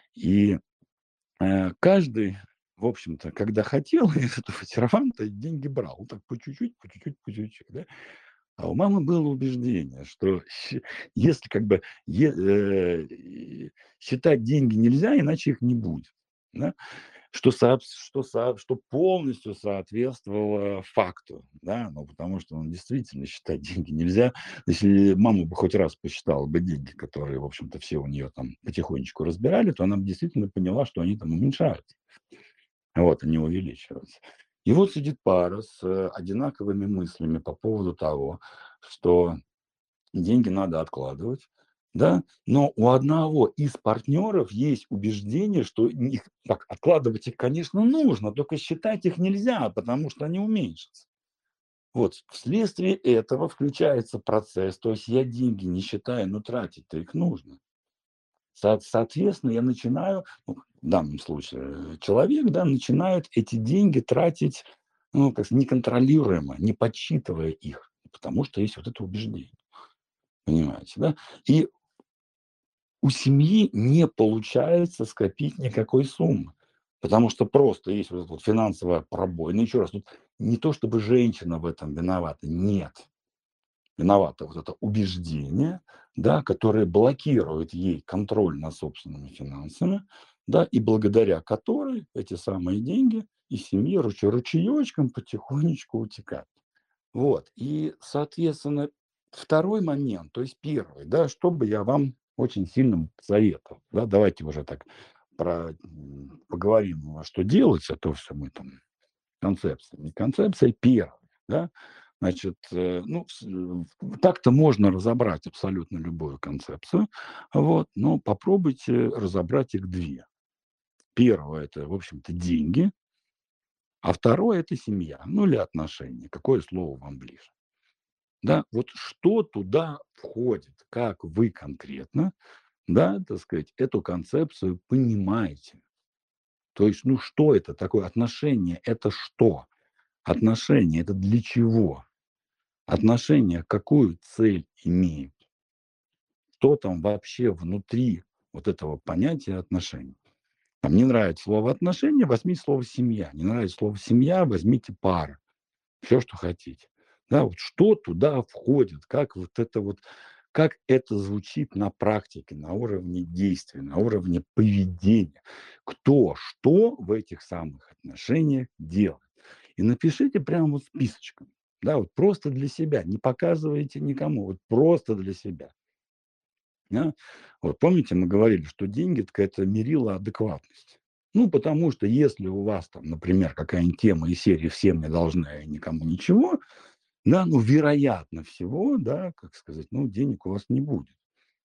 И э, каждый, в общем-то, когда хотел из этого серванта, деньги брал. Вот так по чуть-чуть, по чуть-чуть, по чуть-чуть. Да? А у мамы было убеждение, что щ- если как бы е- э, и считать деньги нельзя, иначе их не будет. Да? Что сооб что сооб что полностью соответствовало факту, да. Ну, потому что, ну, действительно, считать деньги нельзя. Если мама бы хоть раз посчитала бы деньги, которые, в общем-то, все у нее там потихонечку разбирали, то она бы действительно поняла, что они там уменьшаются, вот, а не увеличиваются. И вот сидит пара с, э, одинаковыми мыслями по поводу того, что деньги надо откладывать, да, но у одного из партнеров есть убеждение, что их так, откладывать их, конечно, нужно, только считать их нельзя, потому что они уменьшатся. Вот, вследствие этого включается процесс, то есть я деньги не считаю, но тратить-то их нужно. Со- Соответственно, я начинаю, ну, в данном случае э, человек, да, начинает эти деньги тратить, ну, как сказать, неконтролируемо, не подсчитывая их, потому что есть вот это убеждение. Понимаете, да? И у семьи не получается скопить никакой суммы, потому что просто есть вот эта вот финансовая пробойна. Еще раз, тут не то чтобы женщина в этом виновата, нет. Виновато вот это убеждение, да, которое блокирует ей контроль над собственными финансами, да, и благодаря которой эти самые деньги из семьи руче ручеечком потихонечку утекают. Вот. И, соответственно, второй момент, то есть первый, да, что бы я вам очень сильно советовал, да, давайте уже так про, м, поговорим, а что делать, а то все мы там концепция, не концепция. Первое, да, значит, э, ну, с- э, так-то можно разобрать абсолютно любую концепцию, вот, но попробуйте разобрать их две. Первое – это, в общем-то, деньги, а второе – это семья, ну или отношения, какое слово вам ближе. Да, вот что туда входит, как вы конкретно, да, так сказать, эту концепцию понимаете. То есть, ну что это такое? Отношения – это что? Отношения – это для чего? Отношения какую цель имеют? Что там вообще внутри вот этого понятия отношений? Там не нравится слово отношения, возьмите слово семья. Не нравится слово семья, возьмите пара. Все, что хотите. Да, вот что туда входит, как вот это вот, как это звучит на практике, на уровне действия, на уровне поведения. Кто что в этих самых отношениях делает. И напишите прямо вот списочком. Да, вот просто для себя. Не показывайте никому, вот просто для себя. Да? Вот помните, мы говорили, что деньги – это мерило адекватности. Ну, потому что если у вас там, например, какая-нибудь тема из серии «все мне должны, а я никому ничего», да, ну, вероятно всего, да, как сказать, ну, денег у вас не будет.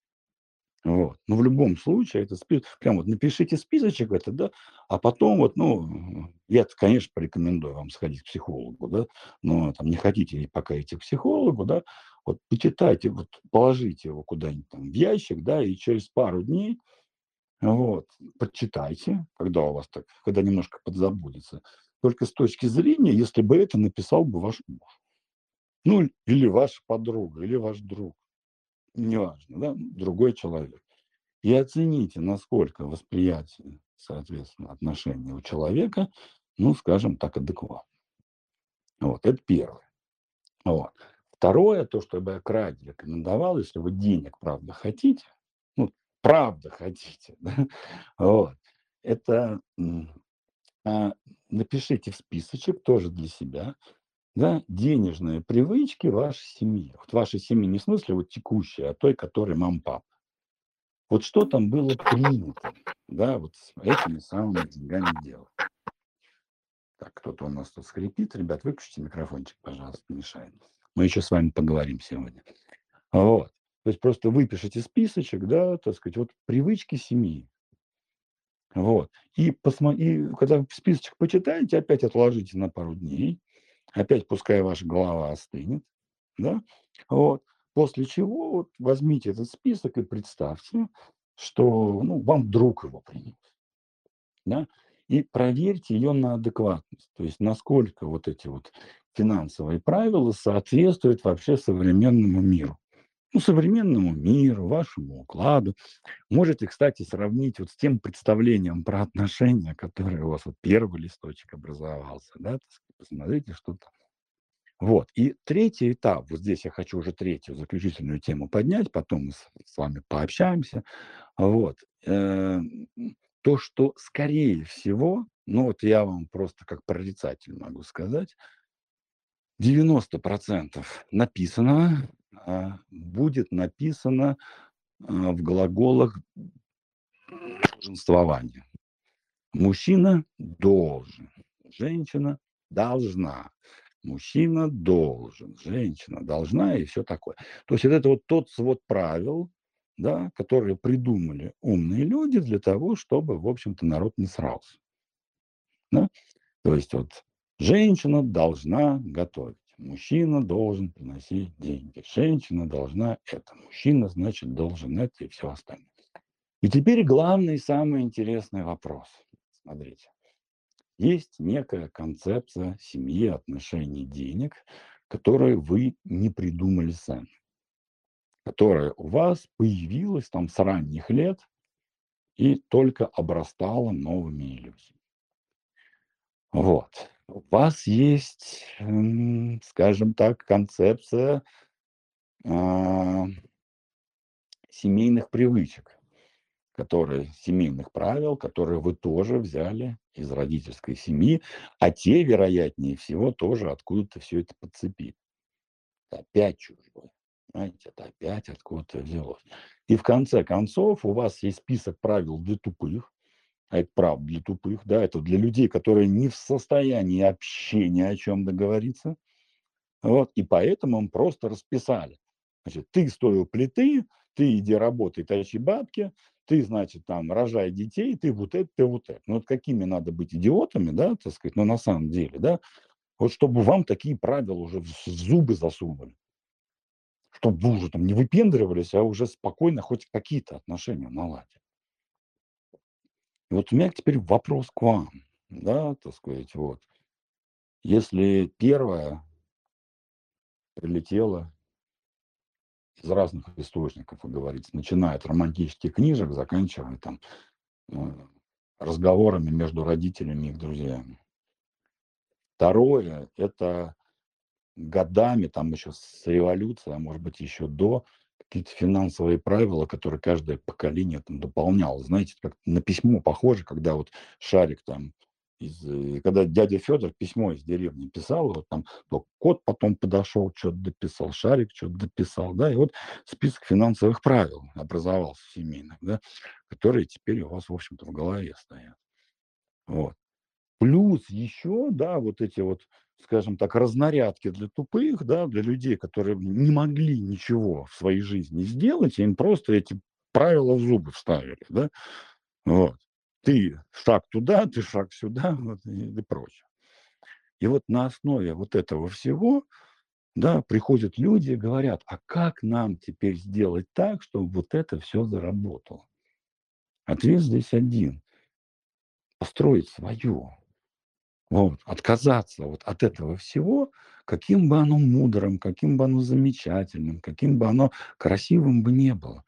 Вот. Но в любом случае, это спи прям вот напишите списочек это, да, а потом вот, ну, я, конечно, порекомендую вам сходить к психологу, да, но там не хотите пока идти к психологу, да, вот почитайте, вот положите его куда-нибудь там в ящик, да, и через пару дней, вот, почитайте, когда у вас так, когда немножко подзабудется. Только с точки зрения, если бы это написал бы ваш муж. Ну, или ваша подруга, или ваш друг, неважно, да, другой человек. И оцените, насколько восприятие, соответственно, отношения у человека, ну, скажем так, адекватно. Вот, это первое. Вот. Второе, то, что бы я крайне рекомендовал, если вы денег, правда, хотите, ну, правда хотите, да, вот, это м, а, напишите в списочек тоже для себя, да, денежные привычки вашей семьи. Вот вашей семьи не в смысле вот текущей, а той, которой мама-папа. Вот что там было принято, да, вот с этими самыми деньгами делать. Так, кто-то у нас тут скрипит. Ребят, выключите микрофончик, пожалуйста, не мешает. Мы еще с вами поговорим сегодня. Вот. То есть просто выпишите списочек, да, так сказать, вот привычки семьи. Вот. И, посмо... и когда списочек почитаете, опять отложите на пару дней, опять пускай ваша голова остынет, да, вот. После чего вот возьмите этот список и представьте, что ну, вам друг его принес, да, и проверьте ее на адекватность, то есть насколько вот эти вот финансовые правила соответствуют вообще современному миру. Ну, современному миру, вашему укладу. Можете, кстати, сравнить вот с тем представлением про отношения, которое у вас вот первый листочек образовался, да, так сказать, посмотрите, что там. Вот. И третий этап, вот здесь я хочу уже третью заключительную тему поднять, потом мы с, с вами пообщаемся. Вот. Э, То, что скорее всего, ну вот я вам просто как прорицатель могу сказать, девяносто процентов написанного а, будет написано а, в глаголах долженствования. Мужчина должен, женщина должна. Мужчина должен, женщина должна и все такое. То есть это вот тот свод правил, да, которые придумали умные люди для того, чтобы, в общем-то, народ не срался. Да? То есть вот женщина должна готовить, мужчина должен приносить деньги, женщина должна это, мужчина, значит, должен это и все остальное. И теперь главный, самый интересный вопрос. Смотрите. Есть некая концепция семьи, отношений, денег, которую вы не придумали сами, которая у вас появилась там с ранних лет и только обрастала новыми иллюзиями. Вот. У вас есть, м, скажем так, концепция а, семейных привычек, которые, семейных правил, которые вы тоже взяли из родительской семьи, а те, вероятнее всего, тоже откуда-то все это подцепили. Это опять чужое. Знаете, это опять откуда-то взялось. И в конце концов у вас есть список правил для тупых, а это правда для тупых, да, это для людей, которые не в состоянии вообще ни о чем договориться. Вот, и поэтому им просто расписали. Значит, ты стой у плиты, ты иди работай, тащи бабки, ты, значит, там, рожай детей, ты вот это, ты вот это. Ну, вот какими надо быть идиотами, да, так сказать, ну, на самом деле, да, вот чтобы вам такие правила уже в зубы засунули. Чтобы вы уже там не выпендривались, а уже спокойно хоть какие-то отношения наладили. И вот у меня теперь вопрос к вам, да, так сказать, вот. Если первое прилетело из разных источников, как говорится, начиная от романтических книжек, заканчивая там э, разговорами между родителями и их друзьями. Второе – это годами, там еще с революции, а может быть еще до, какие-то финансовые правила, которые каждое поколение там дополняло. Знаете, как на письмо похоже, когда вот шарик там, из, э, когда дядя Федор письмо из деревни писал, вот там то кот потом подошел, что-то дописал, шарик что-то дописал, да, и вот список финансовых правил образовался семейных, да, которые теперь у вас, в общем-то, в голове стоят. Вот. Плюс еще, да, вот эти вот, скажем так, разнарядки для тупых, да, для людей, которые не могли ничего в своей жизни сделать, им просто эти правила в зубы вставили, да. Вот. Ты шаг туда, ты шаг сюда, вот, и, и прочее. И вот на основе вот этого всего, да, приходят люди и говорят, а как нам теперь сделать так, чтобы вот это все заработало? Ответ здесь один. Построить свое. Вот, отказаться вот от этого всего, каким бы оно мудрым, каким бы оно замечательным, каким бы оно красивым бы не было.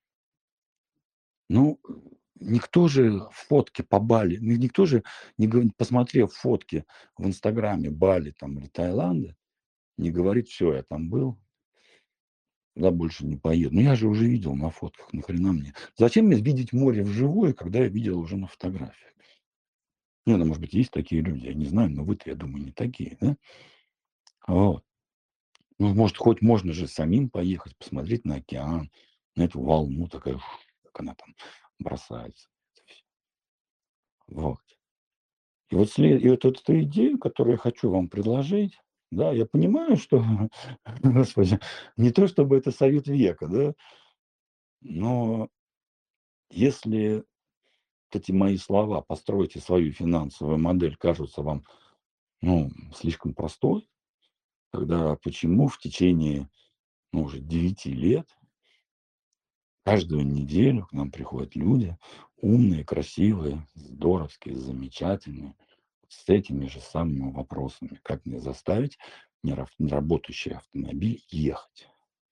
Ну, никто же фотки по Бали, ну, никто же, не, говор- посмотрев фотки в Инстаграме Бали там, или Таиланда, не говорит: "Всё, я там был" "туда больше не поеду". Ну, я же уже видел на фотках, нахрена мне? Зачем мне видеть море вживую, когда я видел уже на фотографиях? Не, ну, может быть, есть такие люди, я не знаю, но вы-то, я думаю, не такие, да? Вот. Ну, может, хоть можно же самим поехать, посмотреть на океан, на эту волну, такая, как она там бросается. Это всё. Вот. И вот сле и вот эту идею, которую я хочу вам предложить, да, я понимаю, что, господи, не то чтобы это совет века, да но если вот эти мои слова "постройте свою финансовую модель" кажутся вам, ну, слишком простой, тогда почему в течение, ну, уже девяти лет каждую неделю к нам приходят люди умные, красивые, здоровские, замечательные, с этими же самыми вопросами: "Как мне заставить нерав неработающий автомобиль ехать?"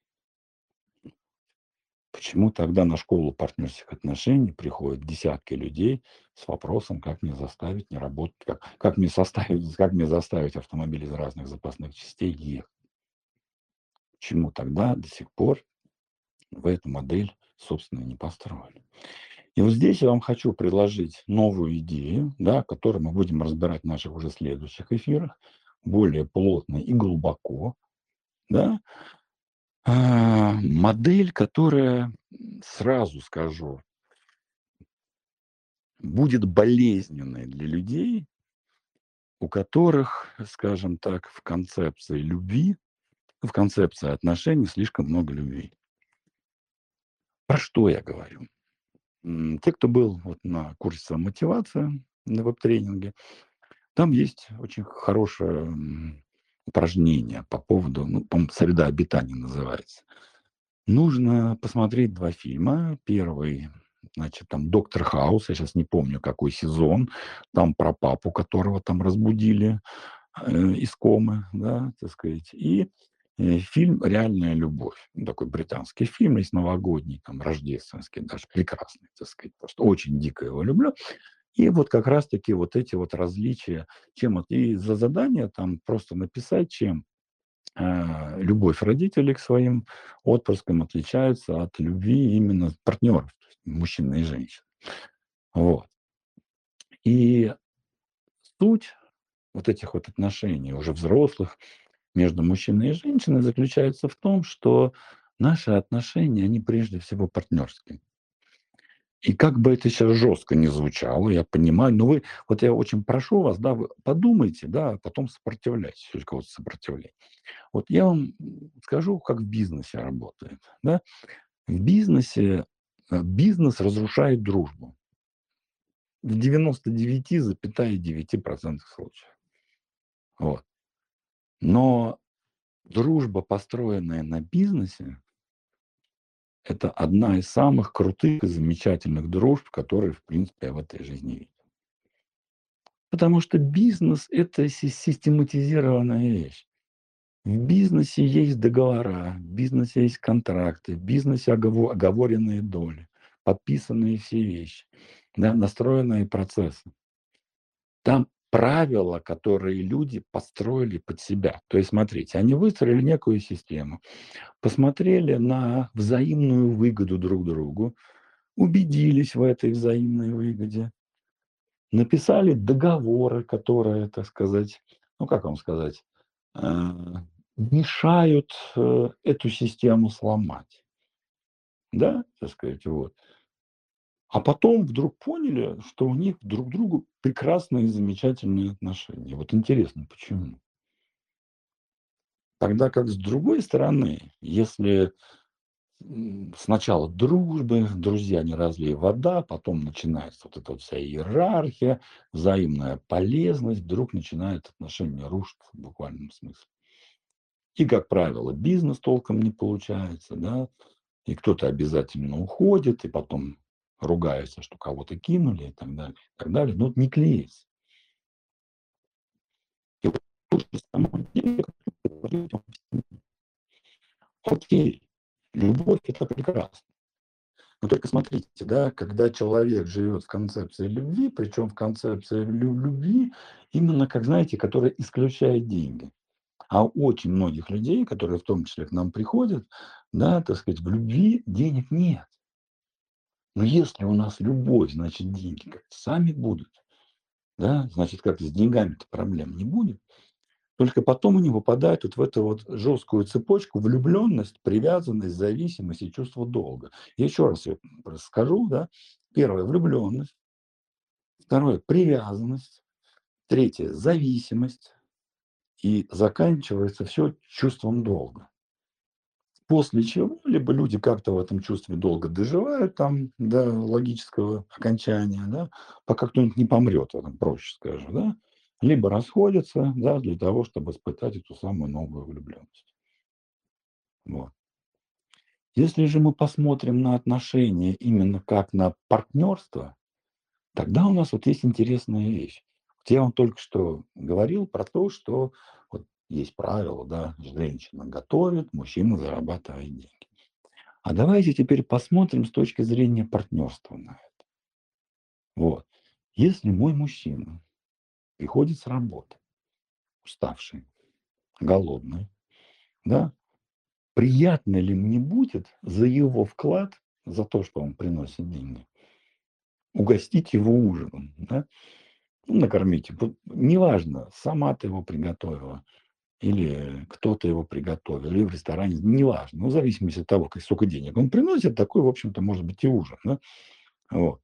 Почему тогда на школу партнерских отношений приходят десятки людей с вопросом: "Как мне заставить не работать, как как мне составить как мне заставить автомобиль из разных запасных частей ехать?" Почему тогда до сих пор вы эту модель, собственно, не построили? И вот здесь я вам хочу предложить новую идею, да, которую мы будем разбирать в наших уже следующих эфирах более плотно и глубоко, да. А, модель, которая, м, сразу скажу будет болезненной для людей у которых, скажем так, в концепции любви, в концепции отношений слишком много любви. Про что я говорю? М, те, кто был вот на курсе самомотивации, на веб-тренинге, там есть очень хорошее, м, упражнение по поводу, ну, по-моему, "Среда обитания" называется. Нужно посмотреть два фильма. первый, значит, там "Доктор Хаус", я щас не помню, какой сезон. Там про папу, которого там разбудили, э, из комы, да, так сказать. И, э, фильм "Реальная любовь". Ну, такой британский фильм, есть новогодний, там, рождественский даже, прекрасный, так сказать. Просто очень дико его люблю. И вот как раз таки вот эти вот различия, чем вот и за задание там просто написать, чем, а, любовь родителей к своим отпрыскам отличается от любви именно партнеров, то есть мужчины и женщины. Вот. И суть вот этих вот отношений, уже взрослых, между мужчиной и женщиной заключается в том, что наши отношения, они прежде всего партнерские. И как бы это щас жестко не звучало, я понимаю, но вы вот я очень прошу вас, да, вы подумайте, да, а потом сопротивляйтесь, если у кого-то сопротивление. Вот я вам, м, скажу, как в бизнесе работает, да. В бизнесе, э, бизнес разрушает дружбу. В девяноста девяти запятая девяти процентах случаев. Вот. Но дружба, построенная на бизнесе это одна из самых крутых и замечательных дружб, которые, в принципе, я в этой жизни видел. Потому что бизнес- это си систематизированная вещь. В бизнесе есть договора, в бизнесе есть контракты, в бизнесе огово оговоренные доли, подписанные все вещи, да, настроенные процессы. Там правила, которые люди построили под себя. То есть смотрите, они выстроили некую систему, посмотрели на взаимную выгоду друг другу, убедились в этой взаимной выгоде написали договоры, которые, так сказать, ну, как вам сказать, а, мешают, э, эту систему сломать. Да, так сказать, вот. А потом вдруг поняли, что у них друг к другу прекрасные и замечательные отношения. Вот интересно, почему? Тогда как, с другой стороны, если, м, сначала дружбы, друзья не разлей вода, потом начинается вот эта вот вся иерархия, взаимная полезность, вдруг начинают отношения рушиться в буквальном смысле. И, как правило, бизнес толком не получается, да, и кто-то обязательно уходит, и потом ругаются, что кого-то кинули и так далее, и так далее. Но вот не клеится. И вот тут на самом деле Окей, любовь- это прекрасно. Но только смотрите, да, когда человек живет в концепции любви, причем в концепции лю любви именно, как знаете, которая исключает деньги. А у очень многих людей, которые в том числе к нам приходят, да, так сказать, в любви денег нет. Но если у нас любовь, значит, деньги как-то сами будут, да, значит, как с деньгами-то проблем не будет. Только потом они выпадают вот в эту вот жесткую цепочку: влюбленность, привязанность, зависимость и чувство долга. Я еще раз её расскажу, да. Первое — влюбленность. Второе — привязанность. Третье — зависимость. И заканчивается все чувством долга. После чего либо люди как-то в этом чувстве долга доживают там до логического окончания, да, пока кто-нибудь не помрет, в этом проще скажу, да, либо расходятся, да, для того, чтобы испытать эту самую новую влюбленность. Вот. Если же мы посмотрим на отношения именно как на партнерство, тогда у нас вот есть интересная вещь. Вот я вам только что говорил про то, что вот есть правило, да, женщина готовит, мужчина зарабатывает деньги. А давайте теперь посмотрим с точки зрения партнерства на это. Вот. Если мой мужчина приходит с работы, уставший, голодный, да, приятно ли мне будет за его вклад, за то, что он приносит деньги, угостить его ужином, да, ну, накормить. Вот неважно, сама ты его приготовила, или кто-то его приготовил, или в ресторане, неважно. Ну, в зависимости от того, как, сколько денег он приносит, такой, в общем-то, может быть и ужин. Да? Вот.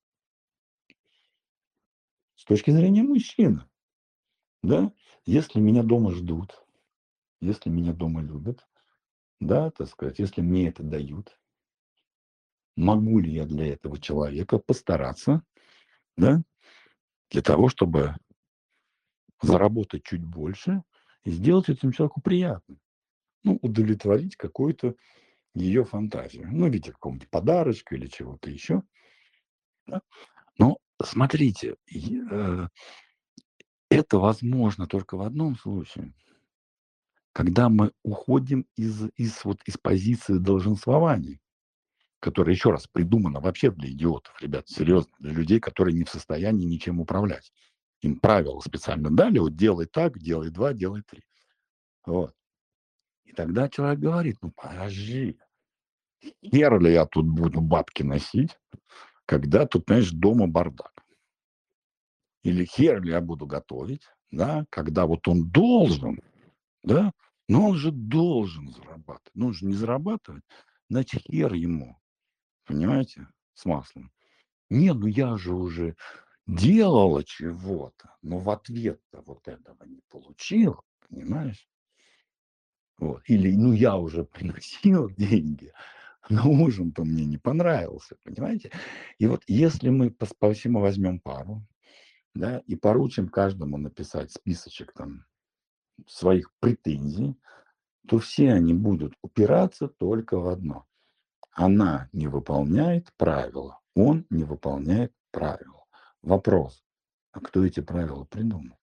С точки зрения мужчины, да, если меня дома ждут, если меня дома любят, да, так сказать, если мне это дают, могу ли я для этого человека постараться, да, для того, чтобы заработать чуть больше и сделать этому человеку приятно. Ну, удовлетворить какую-то ее фантазию. Ну, в виде какого-нибудь подарочка или чего-то еще. Да? Но смотрите, и, э, это возможно только в одном случае, когда мы уходим из, из, вот, из позиции долженствования, которая, еще раз, придумана вообще для идиотов, ребят, серьезно, для людей, которые не в состоянии ничем управлять. Им правила специально дали: вот делай так, делай два, делай три. Вот. И тогда человек говорит: ну подожди, хер ли я тут буду бабки носить, когда тут, знаешь, дома бардак. Или хер ли я буду готовить, да, когда вот он должен, да, но он же должен зарабатывать. Ну, он же не зарабатывает, значит, хер ему, понимаете, с маслом. Не, ну я же уже делала чего-то, но в ответ-то вот этого не получила, понимаешь? Вот. Или, ну я уже приносил деньги, но ужин-то мне не понравился, понимаете? И вот если мы по, по всему возьмем пару, да, и поручим каждому написать списочек там своих претензий, то все они будут упираться только в одно: она не выполняет правила, он не выполняет правила. Вопрос: а кто эти правила придумал?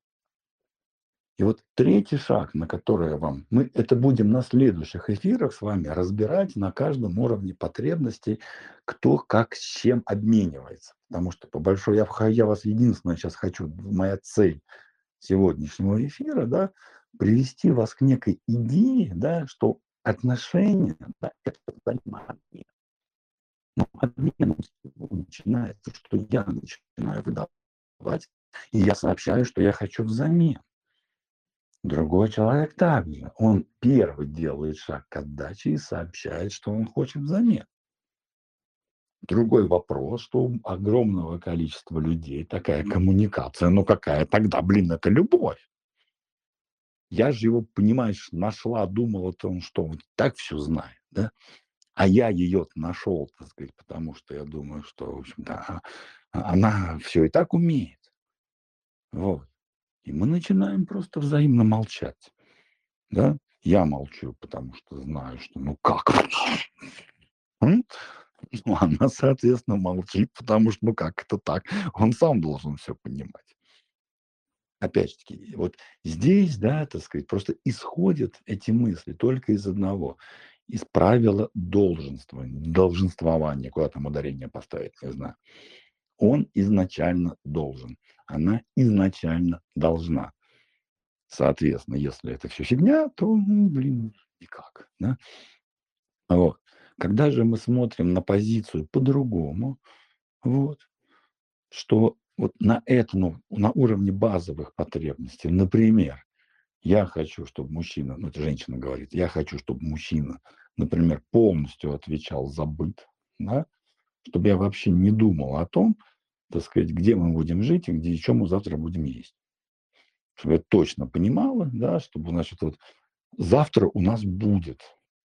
И вот третий шаг, на который я вам мы это будем на следующих эфирах с вами разбирать на каждом уровне потребностей, кто как с чем обменивается. Потому что по большой я, я вас единственное сейчас хочу, моя цель сегодняшнего эфира, да, привести вас к некой идее, да, что отношения, да, это взаимообмен. Но обмен начинается, что я начинаю выдавать, и я сообщаю, что я хочу взамен. Другой человек также. Он первый делает шаг к отдаче и сообщает, что он хочет взамен. Другой вопрос, что у огромного количества людей такая коммуникация, ну какая тогда, блин, это любовь? Я же его, понимаешь, нашла, думала о том, что он так все знает, да? А я ее нашел, так сказать, потому что я думаю, что, в общем-то, а, а, она все и так умеет. Вот. И мы начинаем просто взаимно молчать. Да? Я молчу, потому что знаю, что ну как? М? Ну, она, соответственно, молчит, потому что ну как это так? Он сам должен все понимать. Опять же таки, вот здесь, да, так сказать, просто исходят эти мысли только из одного, из правила долженствования, долженствования, куда там ударение поставить, не знаю. Он изначально должен, она изначально должна. Соответственно, если это все фигня, то, ну, блин, никак, да. Вот. Когда же мы смотрим на позицию по-другому, вот, что вот на это, ну, на уровне базовых потребностей, например, я хочу, чтобы мужчина, ну, это женщина говорит, я хочу, чтобы мужчина, например, полностью отвечал за быт, да, чтобы я вообще не думал о том, так сказать, где мы будем жить и где и чё мы завтра будем есть. Чтобы я точно понимала, да, чтобы, значит, вот завтра у нас будет.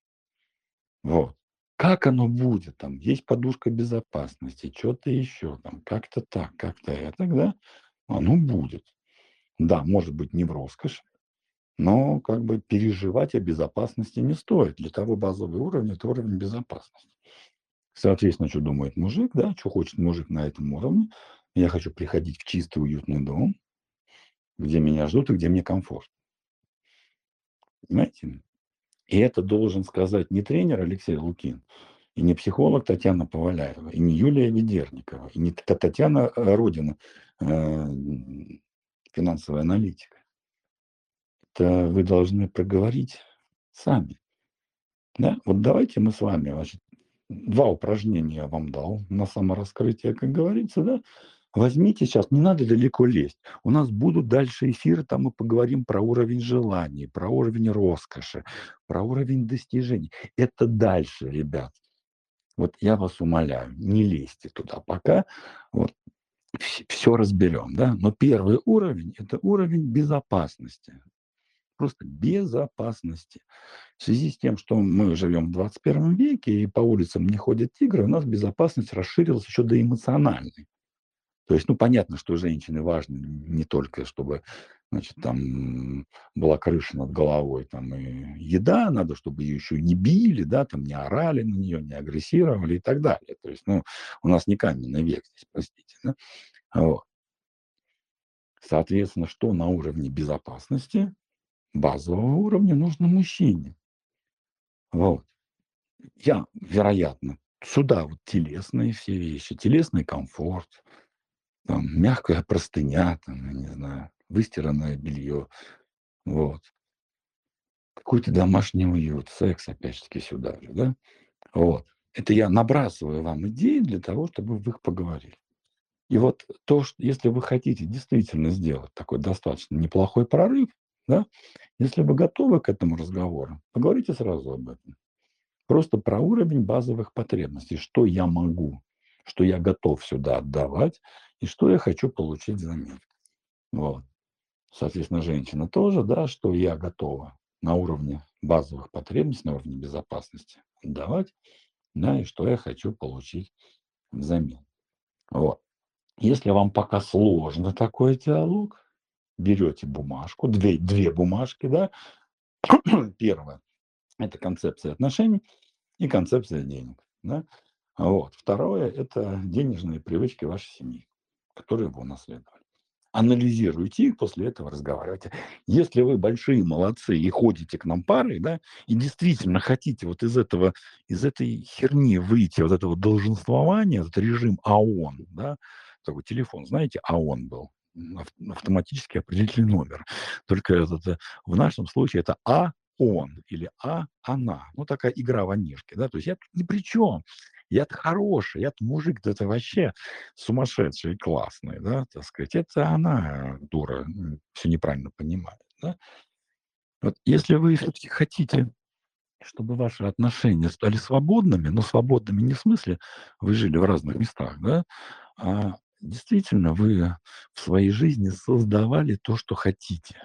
Вот. Как оно будет там? Есть подушка безопасности, что то еще там, как-то так, как-то это, да? Оно будет. Да, может быть, не в роскошь, но как бы переживать о безопасности не стоит. Для того базовый уровень — это уровень безопасности. Соответственно, что думает мужик, да, что хочет мужик на этом уровне. Я хочу приходить в чистый, уютный дом, где меня ждут и где мне комфортно. Понимаете? И это должен сказать не тренер Алексей Лукин, и не психолог Татьяна Поваляева, и не Юлия Ведерникова, и не Та Татьяна, э, Родина, э, м, финансовый аналитик. Это вы должны проговорить сами. Да? Вот давайте мы с вами, значит, два упражнения я вам дал на самораскрытие, как говорится, да. Возьмите сейчас, не надо далеко лезть. У нас будут дальше эфиры, там мы поговорим про уровень желаний, про уровень роскоши, про уровень достижений. Это дальше, ребят. Вот я вас умоляю, не лезьте туда пока. Вот все разберем, да. Но первый уровень — это уровень безопасности. Просто безопасности. В связи с тем, что мы живем в двадцать первом веке и по улицам не ходят тигры, у нас безопасность расширилась еще до эмоциональной. То есть, ну, понятно, что женщины важны не только, чтобы, значит, там была крыша над головой, там и еда, надо, чтобы ее еще не били, да, там не орали на нее, не агрессировали и так далее. То есть, ну, у нас не каменный век здесь, простите, да. Вот. Соответственно, что на уровне безопасности, базового уровня, нужно мужчине. Вот. Я, вероятно, сюда вот телесные все вещи, телесный комфорт, там мягкая простыня, там, я не знаю, выстиранное белье, вот. Какой-то домашний уют, секс, опять же таки, сюда же, да. Вот. Это я набрасываю вам идеи для того, чтобы вы их поговорили. И вот то, что если вы хотите действительно сделать такой достаточно неплохой прорыв, да, если вы готовы к этому разговору, поговорите сразу об этом. Просто про уровень базовых потребностей. Что я могу, что я готов сюда отдавать и что я хочу получить взамен. Вот. Соответственно, женщина тоже, да, что я готова на уровне базовых потребностей, на уровне безопасности отдавать, да, и что я хочу получить взамен. Вот. Если вам пока сложно такой диалог, берете бумажку, две, две бумажки, да. Первое — это концепция отношений и концепция денег. Да? Вот. Второе — это денежные привычки вашей семьи, которые вы унаследовали. Анализируйте их, после этого разговаривайте. Если вы большие молодцы и ходите к нам парой, да, и действительно хотите вот из этого, из этой херни выйти, вот этого долженствования, этот режим АОН, да, такой телефон, знаете, АОН был, ав- автоматический определительный номер. Только этот, э, в нашем случае это А он или А она. Ну, такая игра ванишки, да, то есть я тут ни при чем. Я-то хороший, я-то мужик, да это вообще сумасшедший и классный, да, так сказать. Это она, дура, все неправильно понимает, да. Вот если вы все-таки хотите, чтобы ваши отношения стали свободными, но свободными не в смысле вы жили в разных местах, да, а действительно вы в своей жизни создавали то, что хотите,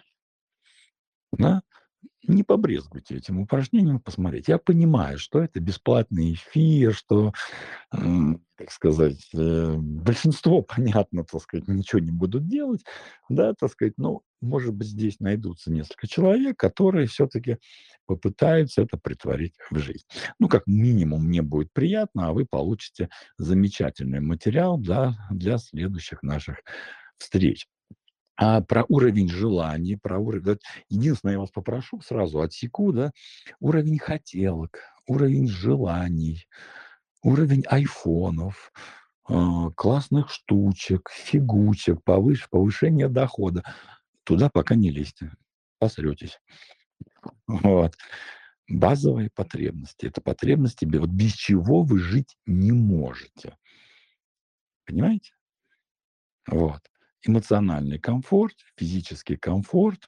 да, не побрезгуйте этим упражнением посмотреть. Я понимаю, что это бесплатный эфир, что, м, как сказать, э, большинство, понятно, так сказать, ничего не будут делать, да, так сказать, но, может быть, здесь найдутся несколько человек, которые все-таки попытаются это притворить в жизнь. Ну, как минимум, мне будет приятно, а вы получите замечательный материал для, для следующих наших встреч. А про уровень желаний, про уровень... вот единственное, я вас попрошу, сразу отсеку, да, уровень хотелок, уровень желаний, уровень айфонов, а, классных штучек, фигучек, повыш, повышение дохода. Туда пока не лезьте. посретесь. Вот. Базовые потребности. Это потребности, бе вот без чего вы жить не можете. Понимаете? Вот. Эмоциональный комфорт, физический комфорт,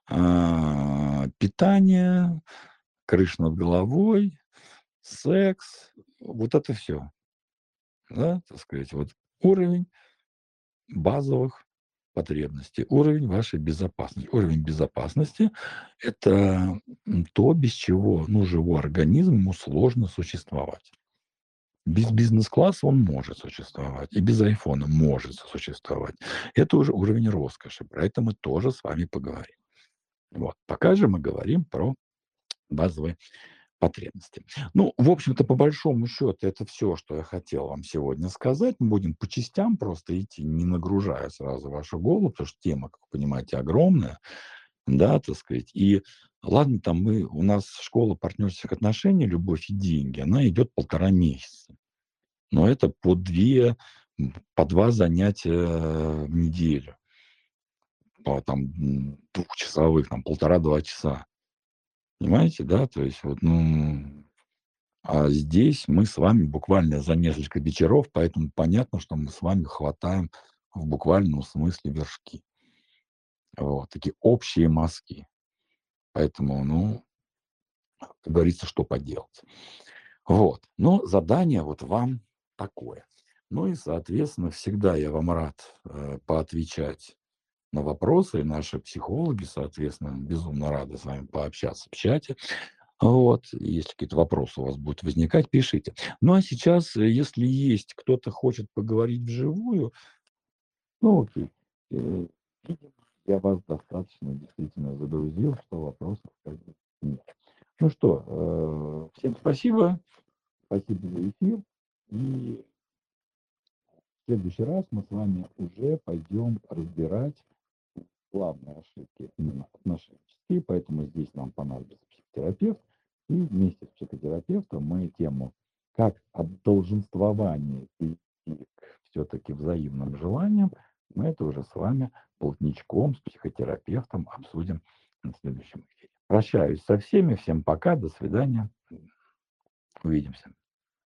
а, питание, крыша над головой, секс. Вот это все, да, так сказать, вот уровень базовых потребностей, уровень вашей безопасности. Уровень безопасности- это, м, то, без чего, ну, живой организм, ему сложно существовать. Без бизнес-класса он может существовать, и без айфона может существовать. Это уже уровень роскоши. Про это мы тоже с вами поговорим. Вот. Пока же мы говорим про базовые потребности. Ну, в общем-то, по большому счету, это все, что я хотел вам сегодня сказать. Мы будем по частям просто идти, не нагружая сразу вашу голову, потому что тема, как вы понимаете, огромная, да, так сказать. И ладно, там мы, у нас школа партнерских отношений «Любовь и деньги», она идет полтора месяца. Но это по две, м, по два занятия в неделю, по там, м, двухчасовых, там полтора-два часа. Понимаете, да? То есть вот, ну, а здесь мы с вами буквально за несколько вечеров, поэтому понятно, что мы с вами хватаем в буквальном смысле вершки. Вот, такие общие мазки. Поэтому, ну, как говорится, что поделать. Вот. Но задание вот вам такое. Ну и, соответственно, всегда я вам рад, э, поотвечать на вопросы. И наши психологи, соответственно, безумно рады с вами пообщаться в чате. Вот. Если какие-то вопросы у вас будут возникать, пишите. Ну, а сейчас, э, если есть кто-то хочет поговорить вживую, ну, окей. Э, видимо, я вас достаточно действительно загрузил, что вопросов как бы нет. Ну что, э, всем спасибо. Спасибо за эфир. И в следующий раз мы с вами уже пойдем разбирать главные ошибки именно отношенческие, поэтому здесь нам понадобится психотерапевт. И вместе с психотерапевтом мы тему, как от долженствования перейти к все-таки взаимным желаниям, мы это уже с вами плотничком, с психотерапевтом обсудим на следующем эфире. Прощаюсь со всеми, всем пока, до свидания, увидимся.